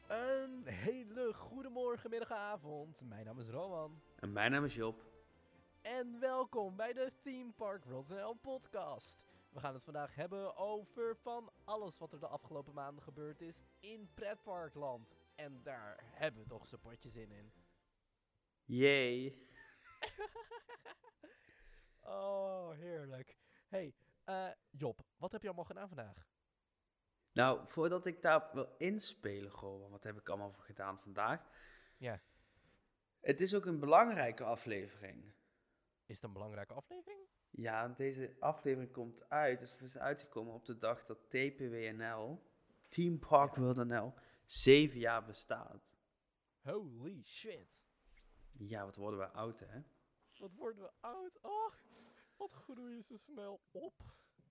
Een hele goede morgen, middag, avond. Mijn naam is Roman. En mijn naam is Job. En welkom bij de Theme Park World podcast. We gaan het vandaag hebben over van alles wat er de afgelopen maanden gebeurd is in pretparkland. En daar hebben we toch zo'n potje zin in. Yay. Oh, heerlijk. Hey, Job, wat heb je allemaal gedaan vandaag? Nou, voordat ik daarop wil inspelen, gewoon, wat heb ik allemaal gedaan vandaag? Ja. Het is ook een belangrijke aflevering. Is het een belangrijke aflevering? Ja, deze aflevering komt uit, dus we zijn uitgekomen op de dag dat TPWNL, Theme Park World NL, 7 jaar bestaat. Holy shit. Ja, wat worden we oud, hè? Wat worden we oud. Oh, wat groeien je zo snel op.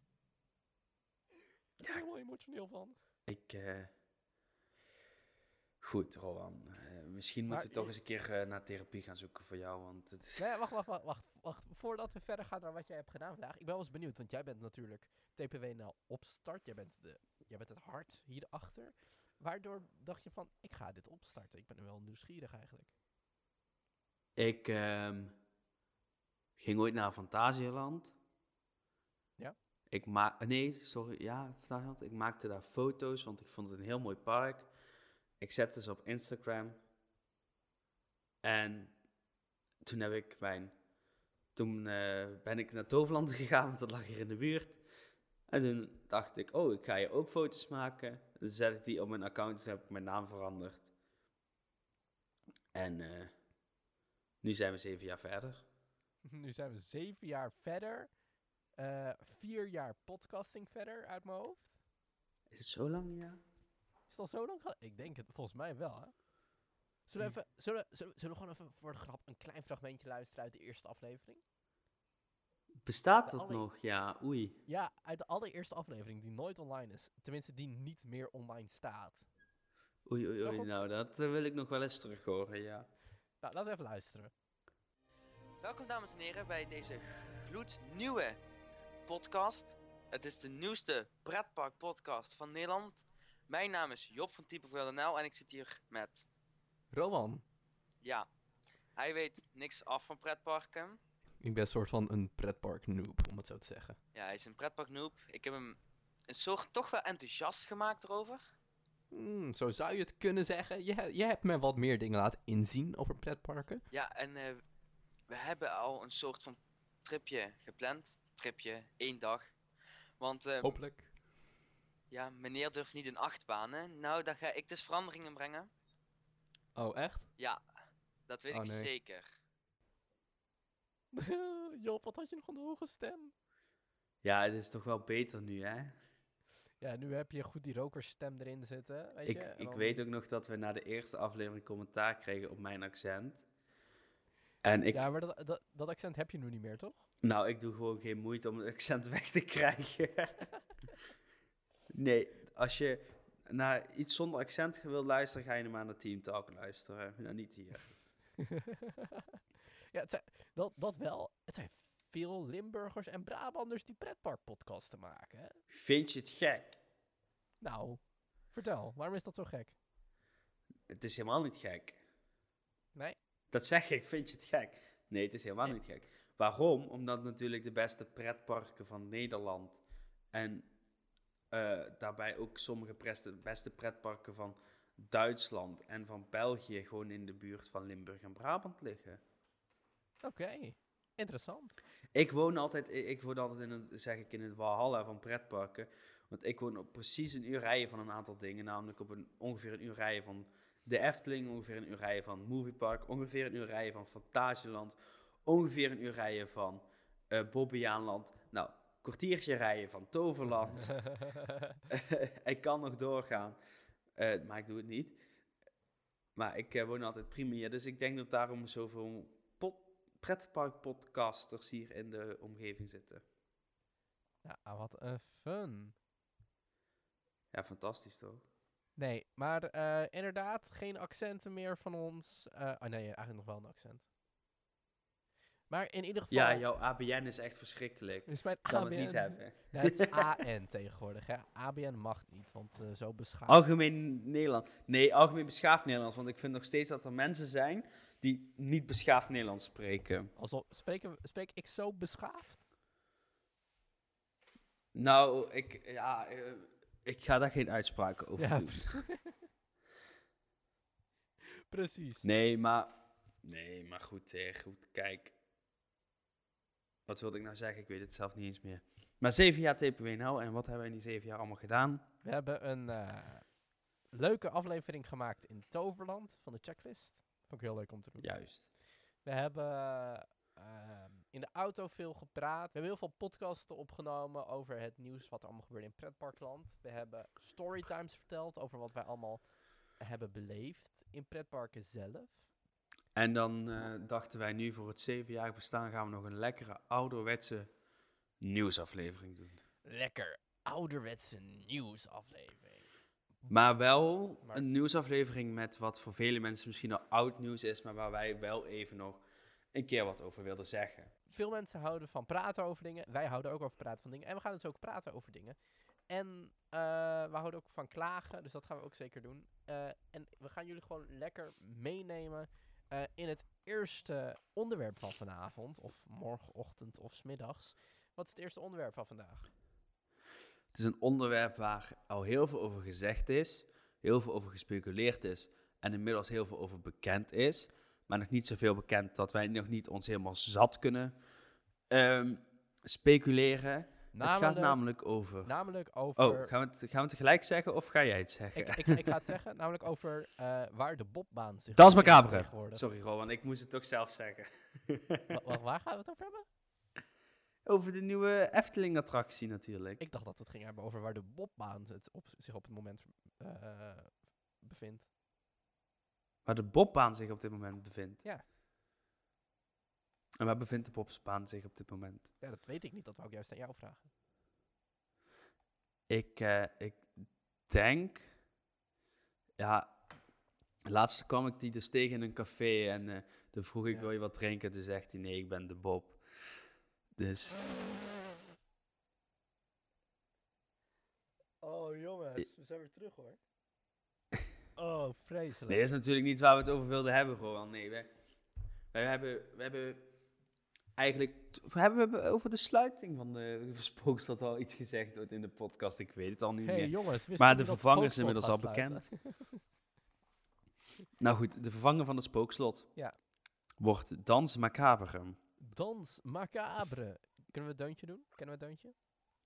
Ik ben er helemaal emotioneel van. Goed, Rowan. Misschien Maar moeten we toch eens een keer naar therapie gaan zoeken voor jou, want het is... Nee, wacht. Voordat we verder gaan naar wat jij hebt gedaan vandaag. Ik ben wel eens benieuwd, want jij bent natuurlijk TPWNL opstart. Jij bent het hart hierachter. Waardoor dacht je van, ik ga dit opstarten. Ik ben er wel nieuwsgierig eigenlijk. Ik ging ooit naar Fantasieland. Ja? Fantasieland. Ik maakte daar foto's, want ik vond het een heel mooi park. Ik zette ze op Instagram. En toen ben ik naar Toverland gegaan, want dat lag hier in de buurt. En toen dacht ik, ik ga hier ook foto's maken. Dan zet ik die op mijn account, dus heb ik mijn naam veranderd. En nu zijn we 7 jaar verder. Nu zijn we 7 jaar verder. 4 jaar podcasting verder uit mijn hoofd. Is het zo lang, ja? Is het al zo lang? Ik denk het volgens mij wel, hè? Zullen we gewoon even voor de grap een klein fragmentje luisteren uit de eerste aflevering? Bestaat dat nog? Ja, oei. Ja, uit de allereerste aflevering die nooit online is. Tenminste, die niet meer online staat. Oei. Nou, dat wil ik nog wel eens terug horen, ja. Nou, laten we even luisteren. Welkom dames en heren bij deze gloednieuwe podcast. Het is de nieuwste pretpark podcast van Nederland. Mijn naam is Job van TPWNL en ik zit hier met... Roman. Ja, hij weet niks af van pretparken. Ik ben een soort van een pretpark noob, om het zo te zeggen. Ja, hij is een pretpark noob. Ik heb hem een soort toch wel enthousiast gemaakt erover. Zo zou je het kunnen zeggen. Je hebt me wat meer dingen laten inzien over pretparken. Ja, en we hebben al een soort van tripje gepland. Tripje, 1 dag. Want Hopelijk. ja, meneer durft niet in achtbaan, hè? Nou, dan ga ik dus veranderingen brengen. Oh, echt? Ja, dat weet Oh, ik nee. zeker. Job, wat had je nog een hoge stem? Ja, het is toch wel beter nu, hè? Ja, nu heb je goed die rokerstem erin zitten, weet je. Ik weet ook nog dat we na de eerste aflevering commentaar kregen op mijn accent. En Ja, maar dat accent heb je nu niet meer, toch? Nou, ik doe gewoon geen moeite om het accent weg te krijgen. Nee, als je naar iets zonder accent wil luisteren, ga je maar naar Team Talk luisteren. Nou, niet hier. Ja, dat wel. Het zijn veel Limburgers en Brabanders die pretparkpodcasten maken, hè? Vind je het gek? Nou, vertel, waarom is dat zo gek? Het is helemaal niet gek. Nee? Dat zeg ik, vind je het gek? Nee, het is helemaal niet gek. Waarom? Omdat natuurlijk de beste pretparken van Nederland en daarbij ook sommige beste pretparken van Duitsland en van België gewoon in de buurt van Limburg en Brabant liggen. Oké, interessant. Ik woon altijd in het Walhalla van pretparken. Want ik woon op precies een uur rijden van een aantal dingen. Namelijk op ongeveer een uur rijden van de Efteling, ongeveer een uur rijden van Moviepark, ongeveer een uur rijden van Fantasieland, ongeveer een uur rijden van Bobbejaanland. Nou, kwartiertje rijden van Toverland. Ik kan nog doorgaan, maar ik doe het niet. Maar ik woon altijd prima hier, dus ik denk dat daarom zoveel pretparkpodcasters hier in de omgeving zitten. Ja, wat een fun. Ja, fantastisch toch? Nee, maar inderdaad, geen accenten meer van ons. Nee, eigenlijk nog wel een accent. Maar in ieder geval... Ja, jouw ABN is echt verschrikkelijk. is mijn Ik kan ABN... het niet hebben. Ja, het is AN tegenwoordig, hè. ABN mag niet, want zo beschaafd... Algemeen Nederland. Nee, algemeen beschaafd Nederlands. Want ik vind nog steeds dat er mensen zijn die niet beschaafd Nederlands spreken. Spreek ik zo beschaafd? Nou, ik ga daar geen uitspraken over doen. Precies. Nee, maar goed, kijk. Wat wilde ik nou zeggen? Ik weet het zelf niet eens meer. Maar 7 jaar TPWNL, en wat hebben we in die 7 jaar allemaal gedaan? We hebben een leuke aflevering gemaakt in Toverland van de checklist. Vond ik heel leuk om te doen. Juist. We hebben in de auto veel gepraat. We hebben heel veel podcasten opgenomen over het nieuws wat er allemaal gebeurde in pretparkland. We hebben storytimes verteld over wat wij allemaal hebben beleefd in pretparken zelf. En dan dachten wij nu voor het 7-jarig bestaan gaan we nog een lekkere ouderwetse nieuwsaflevering doen. Lekker ouderwetse nieuwsaflevering. Maar wel Maar- een nieuwsaflevering met wat voor vele mensen misschien al oud nieuws is, maar waar wij wel even nog een keer wat over wilden zeggen. Veel mensen houden van praten over dingen. Wij houden ook over praten van dingen. En we gaan dus ook praten over dingen. En we houden ook van klagen, dus dat gaan we ook zeker doen. En we gaan jullie gewoon lekker meenemen in het eerste onderwerp van vanavond. Of morgenochtend of 's middags. Wat is het eerste onderwerp van vandaag? Het is een onderwerp waar al heel veel over gezegd is, heel veel over gespeculeerd is en inmiddels heel veel over bekend is. Maar nog niet zoveel bekend dat wij nog niet ons helemaal zat kunnen speculeren. Het gaat namelijk over... over... gaan we het tegelijk zeggen of ga jij het zeggen? Ik ga het zeggen, namelijk over waar de bobbaan zich... Das bevindt Macabre. tegenwoordig. Sorry Rowan, ik moest het toch zelf zeggen. Waar gaan we het over hebben? Over de nieuwe Efteling-attractie natuurlijk. Ik dacht dat we het ging hebben over waar de bobbaan zich op het moment bevindt. Waar de bobbaan zich op dit moment bevindt. Ja. En waar bevindt de bobbaan zich op dit moment? Ja, dat weet ik niet. Dat wou ik juist aan jou vragen. Ik denk... Ja, laatst kwam ik die dus tegen in een café en toen vroeg ik, Ja. wil je wat drinken? Toen zegt hij, nee, ik ben de Bob. Dus... Oh jongens, we zijn weer terug hoor. Oh, vreselijk. Nee, dat is natuurlijk niet waar we het over wilden hebben, Rowan. Nee, we hebben eigenlijk... Hebben we over de sluiting van de Spookslot al iets gezegd wordt in de podcast? Ik weet het al niet Hey meer. jongens, wisten Maar jullie de dat vervanger is Spookslot inmiddels al gaat bekend. sluiten? Nou goed, de vervanger van het Spookslot Ja. wordt Dans Macabre. Dans Macabre. Kunnen we het deuntje doen? Kennen we het deuntje?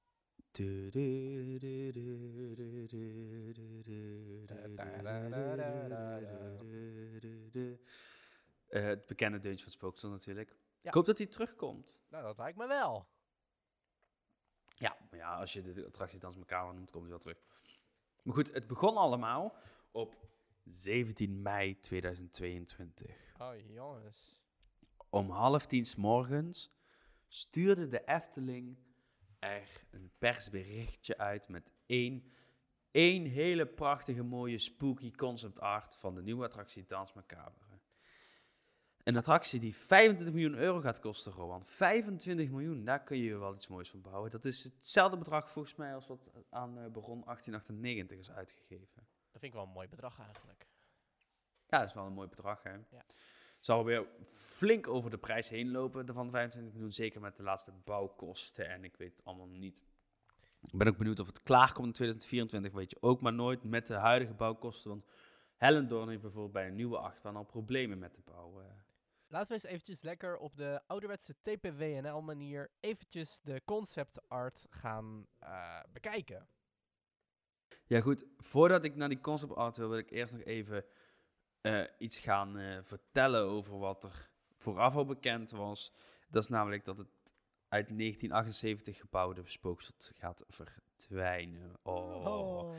Het bekende deuntje van het Spookslot natuurlijk. Ja. Ik hoop dat hij terugkomt. Nou, dat lijkt me wel. Ja, maar ja, als je de attractie Dans Macabre noemt, komt hij wel terug. Maar goed, het begon allemaal op 17 mei 2022. Oh jongens. Om 9:30 's morgens stuurde de Efteling er een persberichtje uit met één hele prachtige mooie spooky concept art van de nieuwe attractie Dans Macabre. Een attractie die 25 miljoen euro gaat kosten, Rowan. 25 miljoen, daar kun je wel iets moois van bouwen. Dat is hetzelfde bedrag volgens mij als wat aan Baron 1898 is uitgegeven. Dat vind ik wel een mooi bedrag eigenlijk. Ja, dat is wel een mooi bedrag, hè. Ja. Zal weer flink over de prijs heen lopen van 25 miljoen, zeker met de laatste bouwkosten en ik weet het allemaal niet. Ik ben ook benieuwd of het klaarkomt in 2024, weet je ook maar nooit met de huidige bouwkosten, want Hellendoorn heeft bijvoorbeeld bij een nieuwe achtbaan al problemen met de bouw. Laten we eens eventjes lekker op de ouderwetse TPWNL manier eventjes de concept art gaan bekijken. Ja goed, voordat ik naar die concept art wil ik eerst nog even iets gaan vertellen over wat er vooraf al bekend was. Dat is namelijk dat het uit 1978 gebouwde Spookslot gaat verdwijnen. Oh.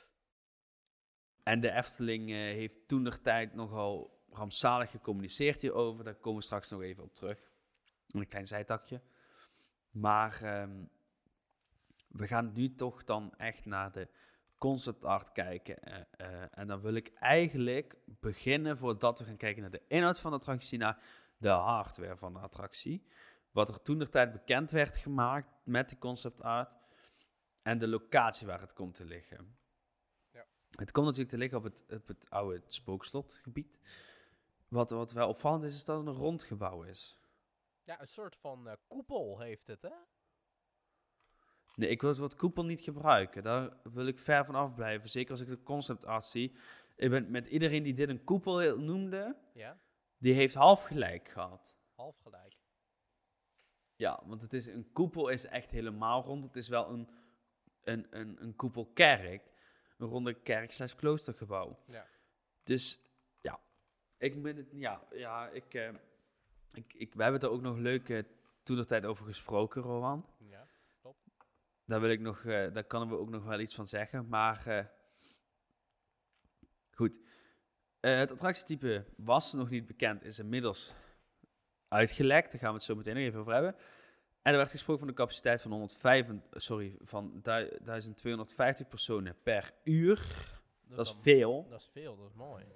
En de Efteling heeft toentertijd nogal rampzalig gecommuniceerd hierover. Daar komen we straks nog even op terug. Een klein zijtakje. Maar we gaan nu toch dan echt naar de concept art kijken. En dan wil ik eigenlijk beginnen, voordat we gaan kijken naar de inhoud van de attractie, naar de hardware van de attractie. Wat er toentertijd bekend werd gemaakt met de concept art. En de locatie waar het komt te liggen. Ja. Het komt natuurlijk te liggen op het oude spookslotgebied. Wat wel opvallend is dat het een rond gebouw is. Ja, een soort van koepel heeft het, hè? Nee, ik wil het woord koepel niet gebruiken. Daar wil ik ver van afblijven. Zeker als ik de concept art zie. Ik ben met iedereen die dit een koepel noemde, Ja, die heeft half gelijk gehad. half gelijk. Ja, want een koepel is echt helemaal rond. Het is wel een koepelkerk. Een ronde kerk/kloostergebouw. Ja. Dus ja, ik ben het, we hebben er ook nog leuk toentertijd over gesproken, Rowan. Ja, klopt. Daar kunnen we ook nog wel iets van zeggen. Maar goed. Het attractietype was nog niet bekend, is inmiddels uitgelekt. Daar gaan we het zo meteen nog even over hebben. En er werd gesproken van de capaciteit van 1250 personen per uur. Dat is veel. Dat is veel, dat is mooi.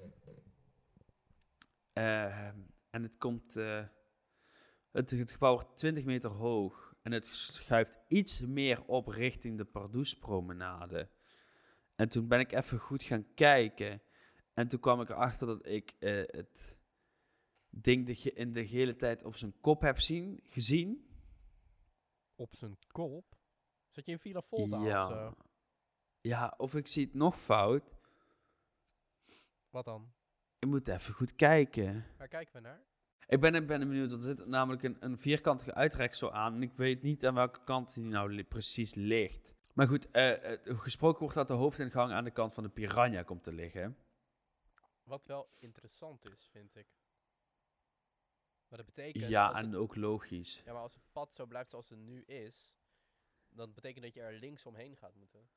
En het komt... het gebouw wordt 20 meter hoog. En het schuift iets meer op richting de Pardoespromenade. En toen ben ik even goed gaan kijken. En toen kwam ik erachter dat ik het ding in de hele tijd op zijn kop heb gezien. Op zijn kop? Zat je in Villa Volta Ja. of zo? Ja, of ik zie het nog fout. Wat dan? Ik moet even goed kijken. Waar kijken we naar? Ik ben benieuwd, want er zit namelijk een vierkantige uitreksel aan. En ik weet niet aan welke kant die nou precies ligt. Maar goed, gesproken wordt dat de hoofdingang aan de kant van de Piranha komt te liggen. Wat wel interessant is, vind ik. Maar dat betekent... Ja, als en het, ook logisch. ja, maar als het pad zo blijft zoals het nu is, dan betekent dat je er links omheen gaat moeten.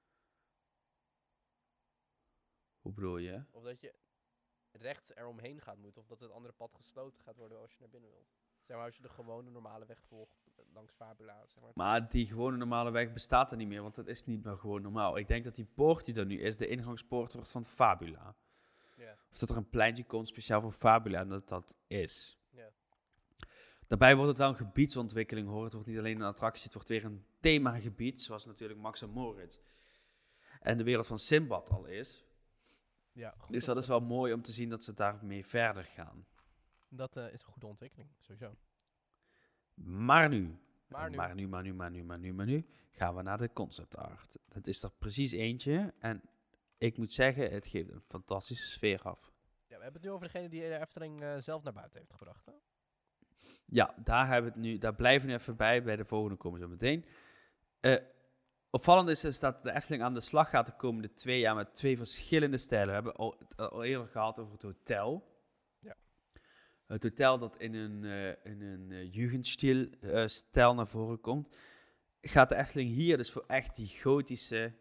Hoe bedoel je? Of dat je rechts eromheen gaat moeten. Of dat het andere pad gesloten gaat worden als je naar binnen wilt. Zeg maar als je de gewone normale weg volgt langs Fabula. Zeg maar. Maar die gewone normale weg bestaat er niet meer, want dat is niet meer gewoon normaal. Ik denk dat die poort die er nu is, de ingangspoort wordt van Fabula. Ja. Of dat er een pleintje komt speciaal voor Fabula en dat is. Ja. Daarbij wordt het wel een gebiedsontwikkeling, hoor. Het wordt niet alleen een attractie, het wordt weer een themagebied, zoals natuurlijk Max en Moritz en de wereld van Sinbad al is. Ja, goed Dus dat is wel mooi om te zien dat ze daarmee verder gaan. Dat is een goede ontwikkeling, sowieso. Maar nu Maar gaan we naar de concept art. Het is er precies eentje en ik moet zeggen, het geeft een fantastische sfeer af. Ja, we hebben het nu over degene die de Efteling zelf naar buiten heeft gebracht, hè? Ja, daar blijven we nu even bij de volgende komen zo meteen. Opvallend is dus dat de Efteling aan de slag gaat de komende 2 jaar met 2 verschillende stijlen. We hebben het al eerder gehad over het hotel. Ja. Het hotel dat in een Jugendstil-stijl naar voren komt. Gaat de Efteling hier dus voor echt die gotische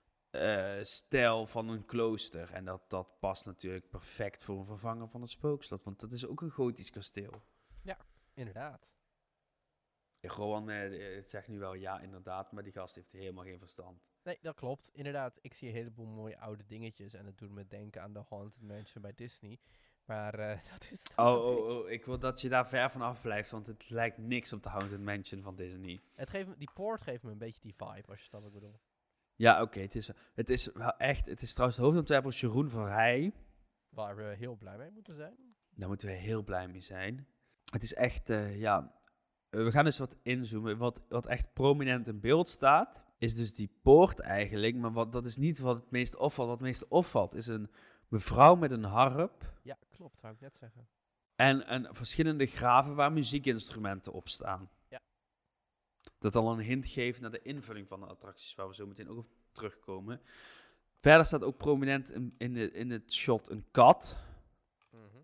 stijl van een klooster. En dat past natuurlijk perfect voor een vervanger van het Spookslot. Want dat is ook een gotisch kasteel. Inderdaad. Rowan het zegt nu wel ja, inderdaad, maar die gast heeft helemaal geen verstand. Nee, dat klopt. Inderdaad, ik zie een heleboel mooie oude dingetjes. En het doet me denken aan de Haunted Mansion bij Disney. Maar dat is het dan een beetje. Oh, ik wil dat je daar ver van af blijft, want het lijkt niks op de Haunted Mansion van Disney. Die poort geeft me een beetje die vibe, als je snapt wat ik bedoel. Ja, oké, het is wel echt, het is trouwens de hoofdontwerper Jeroen van Rij. Waar we heel blij mee moeten zijn. Daar moeten we heel blij mee zijn. Het is echt, we gaan dus wat inzoomen. Wat echt prominent in beeld staat, is dus die poort eigenlijk. Maar dat is niet wat het meest opvalt. Wat het meest opvalt is een mevrouw met een harp. Ja, klopt, wou ik net zeggen. En verschillende graven waar muziekinstrumenten op staan. Ja. Dat al een hint geeft naar de invulling van de attracties, waar we zo meteen ook op terugkomen. Verder staat ook prominent in het shot een kat. Mhm.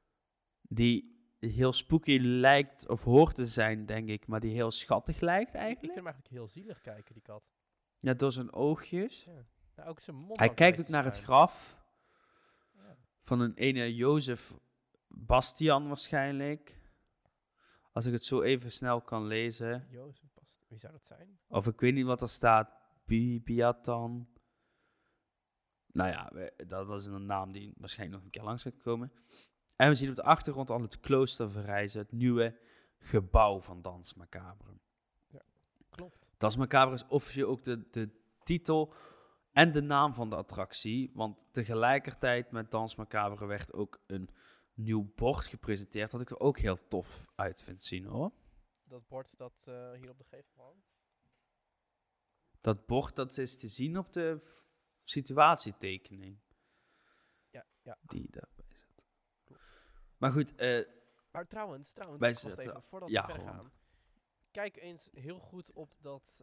Die heel spooky lijkt, of hoort te zijn, denk ik. Maar die heel schattig lijkt Ik vind eigenlijk. hem eigenlijk heel zielig kijken, die kat. Ja, door zijn oogjes. Ja. Nou, ook zijn mond. Hij hangt kijkt een ook naar het beetje graf schuin. Ja. van een ene Jozef Bastian waarschijnlijk. Als ik het zo even snel kan lezen. Jozef past. Wie zou dat zijn? Of ik weet niet wat er staat. Biatan. Nou ja, dat is een naam die waarschijnlijk nog een keer langs gaat komen. En we zien op de achtergrond al het klooster verrijzen, het nieuwe gebouw van Dans Macabre. Klopt. Dans Macabre is officieel ook de titel en de naam van de attractie. Want tegelijkertijd met Dans Macabre werd ook een nieuw bord gepresenteerd, wat ik er ook heel tof uit vind zien, hoor. Dat bord dat hier op de gevel hangt. Dat bord, dat is te zien op de situatietekening Ja. die daarbij zit. Maar goed, Maar trouwens, Wij wacht zetten- even, voordat ja, we verder gewoon. gaan. Kijk eens heel goed op dat,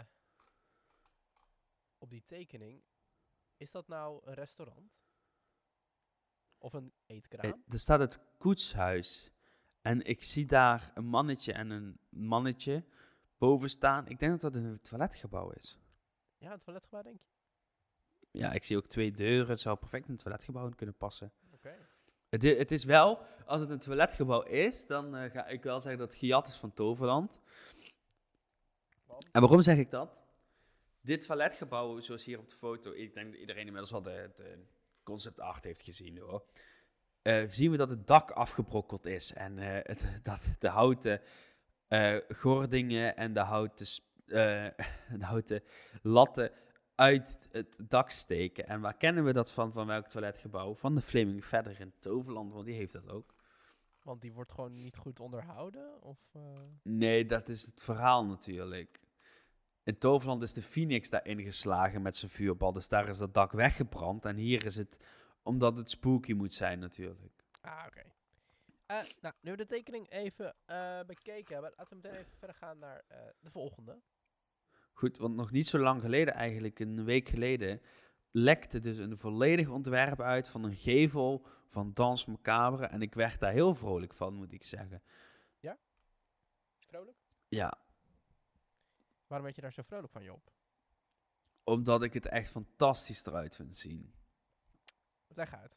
op die tekening. Is dat nou een restaurant? Of een eetkraam? er staat het koetshuis. En ik zie daar een mannetje en een mannetje boven staan. Ik denk dat dat een toiletgebouw is. Ja, het toiletgebouw denk je? Ja, ik zie ook 2 deuren. Het zou perfect in een toiletgebouw in kunnen passen. Oké. Het is wel, als het een toiletgebouw is, dan ga ik wel zeggen dat het gejat is van Toverland. Want? En waarom zeg ik dat? Dit toiletgebouw, zoals hier op de foto, ik denk dat iedereen inmiddels wel de concept art heeft gezien, hoor. Zien we dat het dak afgebrokkeld is en dat de houten gordingen en de houten latten uit het dak steken. En waar kennen we dat van welk toiletgebouw? Van de Flaming Feather in Toverland, want die heeft dat ook. Want die wordt gewoon niet goed onderhouden? Of, Nee, dat is het verhaal natuurlijk. In Toverland is de Phoenix daarin geslagen met zijn vuurbal, dus daar is dat dak weggebrand. En hier is het omdat het spooky moet zijn natuurlijk. oké. Nou, nu we de tekening even bekeken hebben, laten we meteen even verder gaan naar de volgende. Goed, want nog niet zo lang geleden, eigenlijk een week geleden, lekte dus een volledig ontwerp uit van een gevel van Dans Macabre. En ik werd daar heel vrolijk van, moet ik zeggen. Vrolijk? Ja, Waarom werd je daar zo vrolijk van, Job? omdat ik het echt fantastisch eruit vind zien. Leg uit.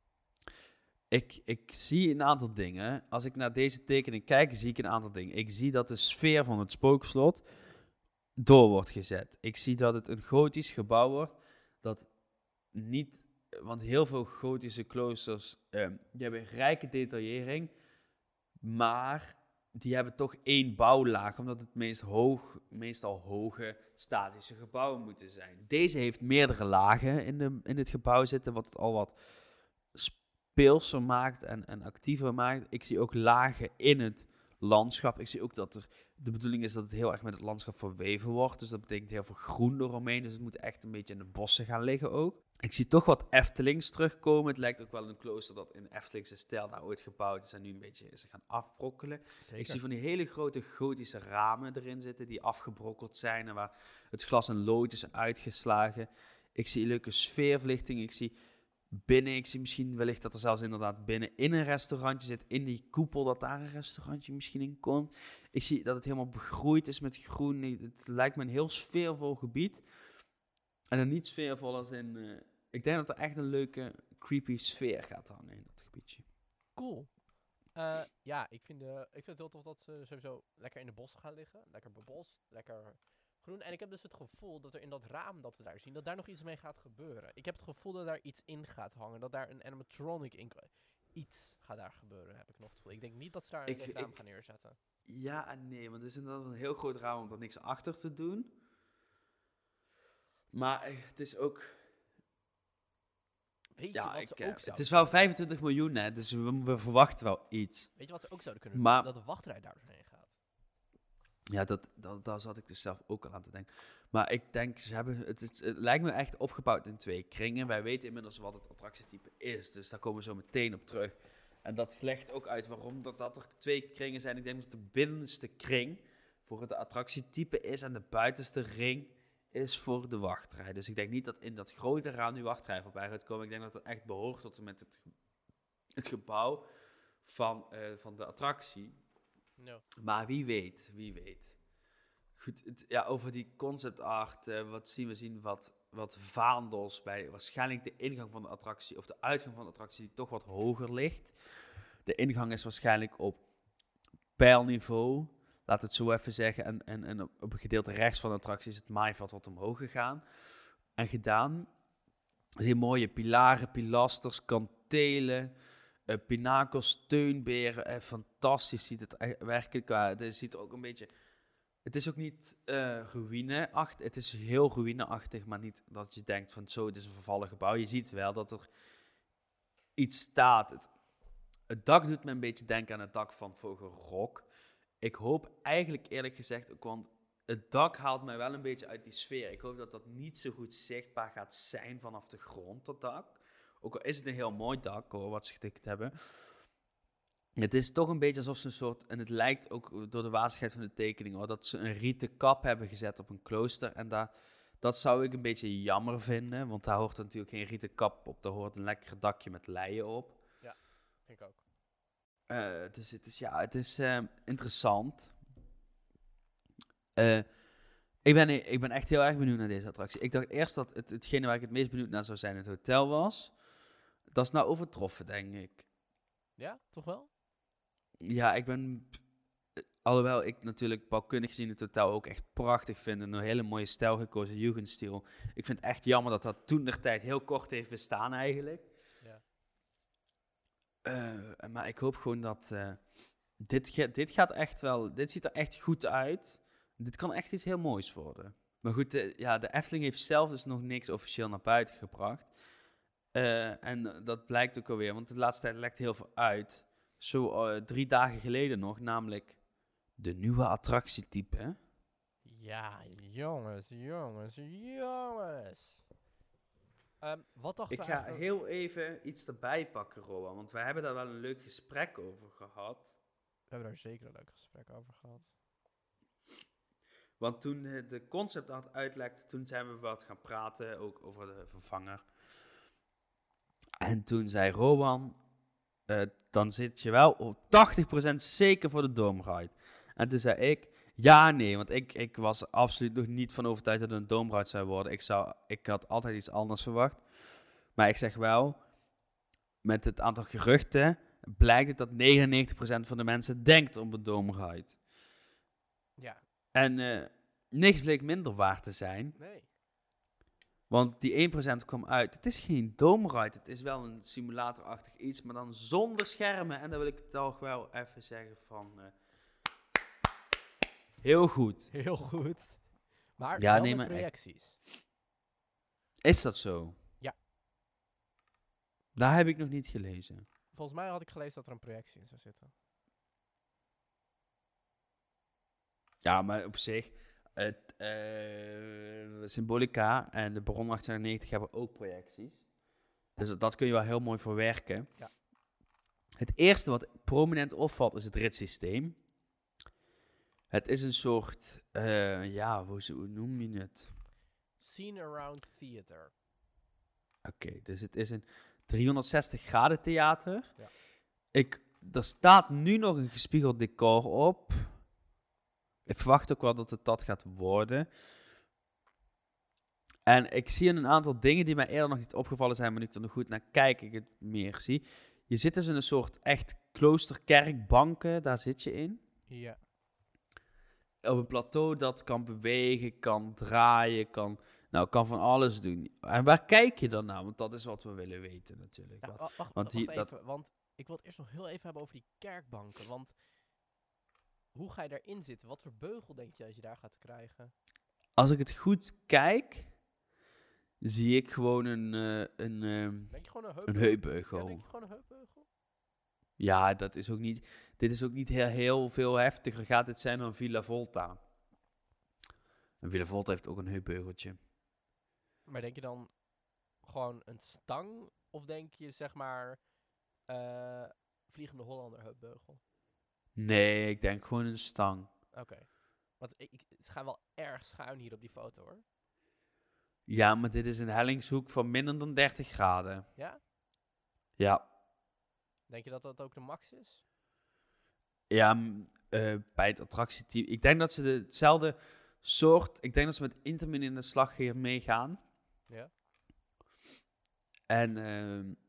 Ik zie een aantal dingen. Als ik naar deze tekening kijk, zie ik een aantal dingen. Ik zie dat de sfeer van het spookslot door wordt gezet. Ik zie dat het een gotisch gebouw wordt. Dat niet... Want heel veel gotische kloosters, die hebben rijke detaillering. Maar die hebben toch 1 bouwlaag, omdat het meestal hoge statische gebouwen moeten zijn. Deze heeft meerdere lagen in het gebouw zitten, wat het al wat speelser maakt en actiever maakt. Ik zie ook lagen in het landschap. Ik zie ook dat de bedoeling is dat het heel erg met het landschap verweven wordt. Dus dat betekent heel veel groen eromheen. Dus het moet echt een beetje in de bossen gaan liggen ook. Ik zie toch wat Eftelings terugkomen. Het lijkt ook wel een klooster dat in Eftelingse stijl daar ooit gebouwd is en nu een beetje is gaan afbrokkelen. Zeker. Ik zie van die hele grote gotische ramen erin zitten die afgebrokkeld zijn en waar het glas en lood is uitgeslagen. Ik zie leuke sfeerverlichting. Ik zie misschien wellicht dat er zelfs inderdaad binnen in een restaurantje zit, in die koepel, dat daar een restaurantje misschien in komt. Ik zie dat het helemaal begroeid is met groen. Het lijkt me een heel sfeervol gebied. En dan niet sfeervol als in... ik denk dat er echt een leuke, creepy sfeer gaat hangen in dat gebiedje. Cool. Ja, ik vind het heel tof dat ze sowieso lekker in de bossen gaan liggen. Lekker bebost, lekker groen. En ik heb dus het gevoel dat er in dat raam dat we daar zien, dat daar nog iets mee gaat gebeuren. Ik heb het gevoel dat daar iets in gaat hangen. Dat daar een animatronic in... Iets gaat daar gebeuren, heb ik nog het gevoel. Ik denk niet dat ze daar een leeg raam gaan neerzetten. Ja en nee, want het is inderdaad een heel groot raam om er niks achter te doen. Maar het is ook... Weet je wat ze ook zouden het is wel 25 miljoen, hè, dus we verwachten wel iets. Weet je wat ze ook zouden kunnen Maar- doen? Dat de wachtrij daar doorheen gaat. Ja, daar zat ik dus zelf ook al aan te denken. Maar ik denk, het lijkt me echt opgebouwd in 2 kringen. Wij weten inmiddels wat het attractietype is, dus daar komen we zo meteen op terug. En dat legt ook uit waarom dat er 2 kringen zijn. Ik denk dat de binnenste kring voor het attractietype is en de buitenste ring is voor de wachtrij. Dus ik denk niet dat in dat grote raam die wachtrij voorbij gaat komen. Ik denk dat het echt behoort tot en met het gebouw van de attractie. No. Maar wie weet. Goed, over die concept art, wat zien we? Zien wat vaandels bij waarschijnlijk de ingang van de attractie, of de uitgang van de attractie, die toch wat hoger ligt. De ingang is waarschijnlijk op pijlniveau, laat het zo even zeggen. En op het gedeelte rechts van de attractie is het maaiveld wat omhoog gegaan en gedaan. Heel mooie pilaren, pilasters, kantelen. Pinakel steunberen, fantastisch ziet het werkelijk uit. Het ziet er ook een beetje... Het is ook niet ruïne-achtig. Het is heel ruïne-achtig, maar niet dat je denkt van zo, het is een vervallen gebouw. Je ziet wel dat er iets staat. Het dak doet me een beetje denken aan het dak van Vogelrok. Ik hoop eigenlijk eerlijk gezegd ook, want het dak haalt mij wel een beetje uit die sfeer. Ik hoop dat dat niet zo goed zichtbaar gaat zijn vanaf de grond, dat dak. Ook al is het een heel mooi dak, hoor, wat ze getikt hebben. Het is toch een beetje alsof ze een soort, en het lijkt ook door de wazigheid van de tekening, hoor, dat ze een rieten kap hebben gezet op een klooster. En dat zou ik een beetje jammer vinden, want daar hoort natuurlijk geen rieten kap op. Daar hoort een lekker dakje met leien op. Ja, vind ik ook. Dus het is interessant. Ik ben echt heel erg benieuwd naar deze attractie. Ik dacht eerst dat hetgene waar ik het meest benieuwd naar zou zijn het hotel was. Dat is nou overtroffen, denk ik. Ja, toch wel? Ja, alhoewel ik natuurlijk bouwkundig gezien het hotel ook echt prachtig vind. En een hele mooie stijl gekozen, Jugendstil. Ik vind het echt jammer dat dat toentertijd heel kort heeft bestaan eigenlijk. Ja. Maar ik hoop gewoon dat... Dit gaat echt wel... Dit ziet er echt goed uit. Dit kan echt iets heel moois worden. Maar goed, de Efteling heeft zelf dus nog niks officieel naar buiten gebracht. En dat blijkt ook alweer, want de laatste tijd lekt heel veel uit. Zo 3 dagen geleden nog, namelijk de nieuwe attractietype. Hè? Ja, jongens. Wat dacht Ik ga heel even iets erbij pakken, Rowan, want wij hebben daar wel een leuk gesprek over gehad. We hebben daar zeker een leuk gesprek over gehad. Want toen de concept art uitlekte, toen zijn we wat gaan praten, ook over de vervanger. En toen zei Rowan, dan zit je wel op 80% zeker voor de Dome Ride. En toen zei ik, ja, nee, want ik was absoluut nog niet van overtuigd dat het een Dome Ride zou worden. Ik had altijd iets anders verwacht. Maar ik zeg wel, met het aantal geruchten blijkt het dat 99% van de mensen denkt op een Dome Ride. Ja. En niks bleek minder waar te zijn. Nee. Want die 1% kwam uit. Het is geen Dome Ride. Het is wel een simulatorachtig iets, maar dan zonder schermen. En dan wil ik toch wel even zeggen van... heel goed. Heel goed. Maar Ja, wel nee, met maar projecties. Is dat zo? Ja. Daar heb ik nog niet gelezen. Volgens mij had ik gelezen dat er een projectie in zou zitten. Ja, maar op zich... Symbolica en de Baron 1890 hebben ook projecties. Dus dat kun je wel heel mooi verwerken. Ja. Het eerste wat prominent opvalt is het ritssysteem. Het is een soort, hoe noem je het? Scene around theater. Oké, dus het is een 360 graden theater. Ja. Er staat nu nog een gespiegeld decor op. Ik verwacht ook wel dat het dat gaat worden. En ik zie een aantal dingen die mij eerder nog niet opgevallen zijn, maar nu ik er nog goed naar kijk, ik het meer zie. Je zit dus in een soort echt kloosterkerkbanken, daar zit je in. Ja. Op een plateau dat kan bewegen, kan draaien, kan van alles doen. En waar kijk je dan naar? Want dat is wat we willen weten natuurlijk. Ja, Want wacht hier- even, want ik wil het eerst nog heel even hebben over die kerkbanken. Want hoe ga je daarin zitten? Wat voor beugel denk je als je daar gaat krijgen? Als ik het goed kijk, zie ik gewoon een Denk je gewoon een een heupbeugel? heupbeugel. Ja, denk je gewoon een heupbeugel? Ja, dat is ook niet... Dit is ook niet heel veel heftiger gaat dit zijn dan Villa Volta. En Villa Volta heeft ook een heupbeugeltje. Maar denk je dan gewoon een stang? Of denk je zeg maar Vliegende Hollander heupbeugel? Nee, ik denk gewoon een stang. Oké. Want ze gaan wel erg schuin hier op die foto hoor. Ja, maar dit is een hellingshoek van minder dan 30 graden. Ja? Ja. Denk je dat dat ook de max is? Ja, bij het attractieteam. Ik denk dat ze hetzelfde soort... Ik denk dat ze met Intamin in de slag hier meegaan. Ja. En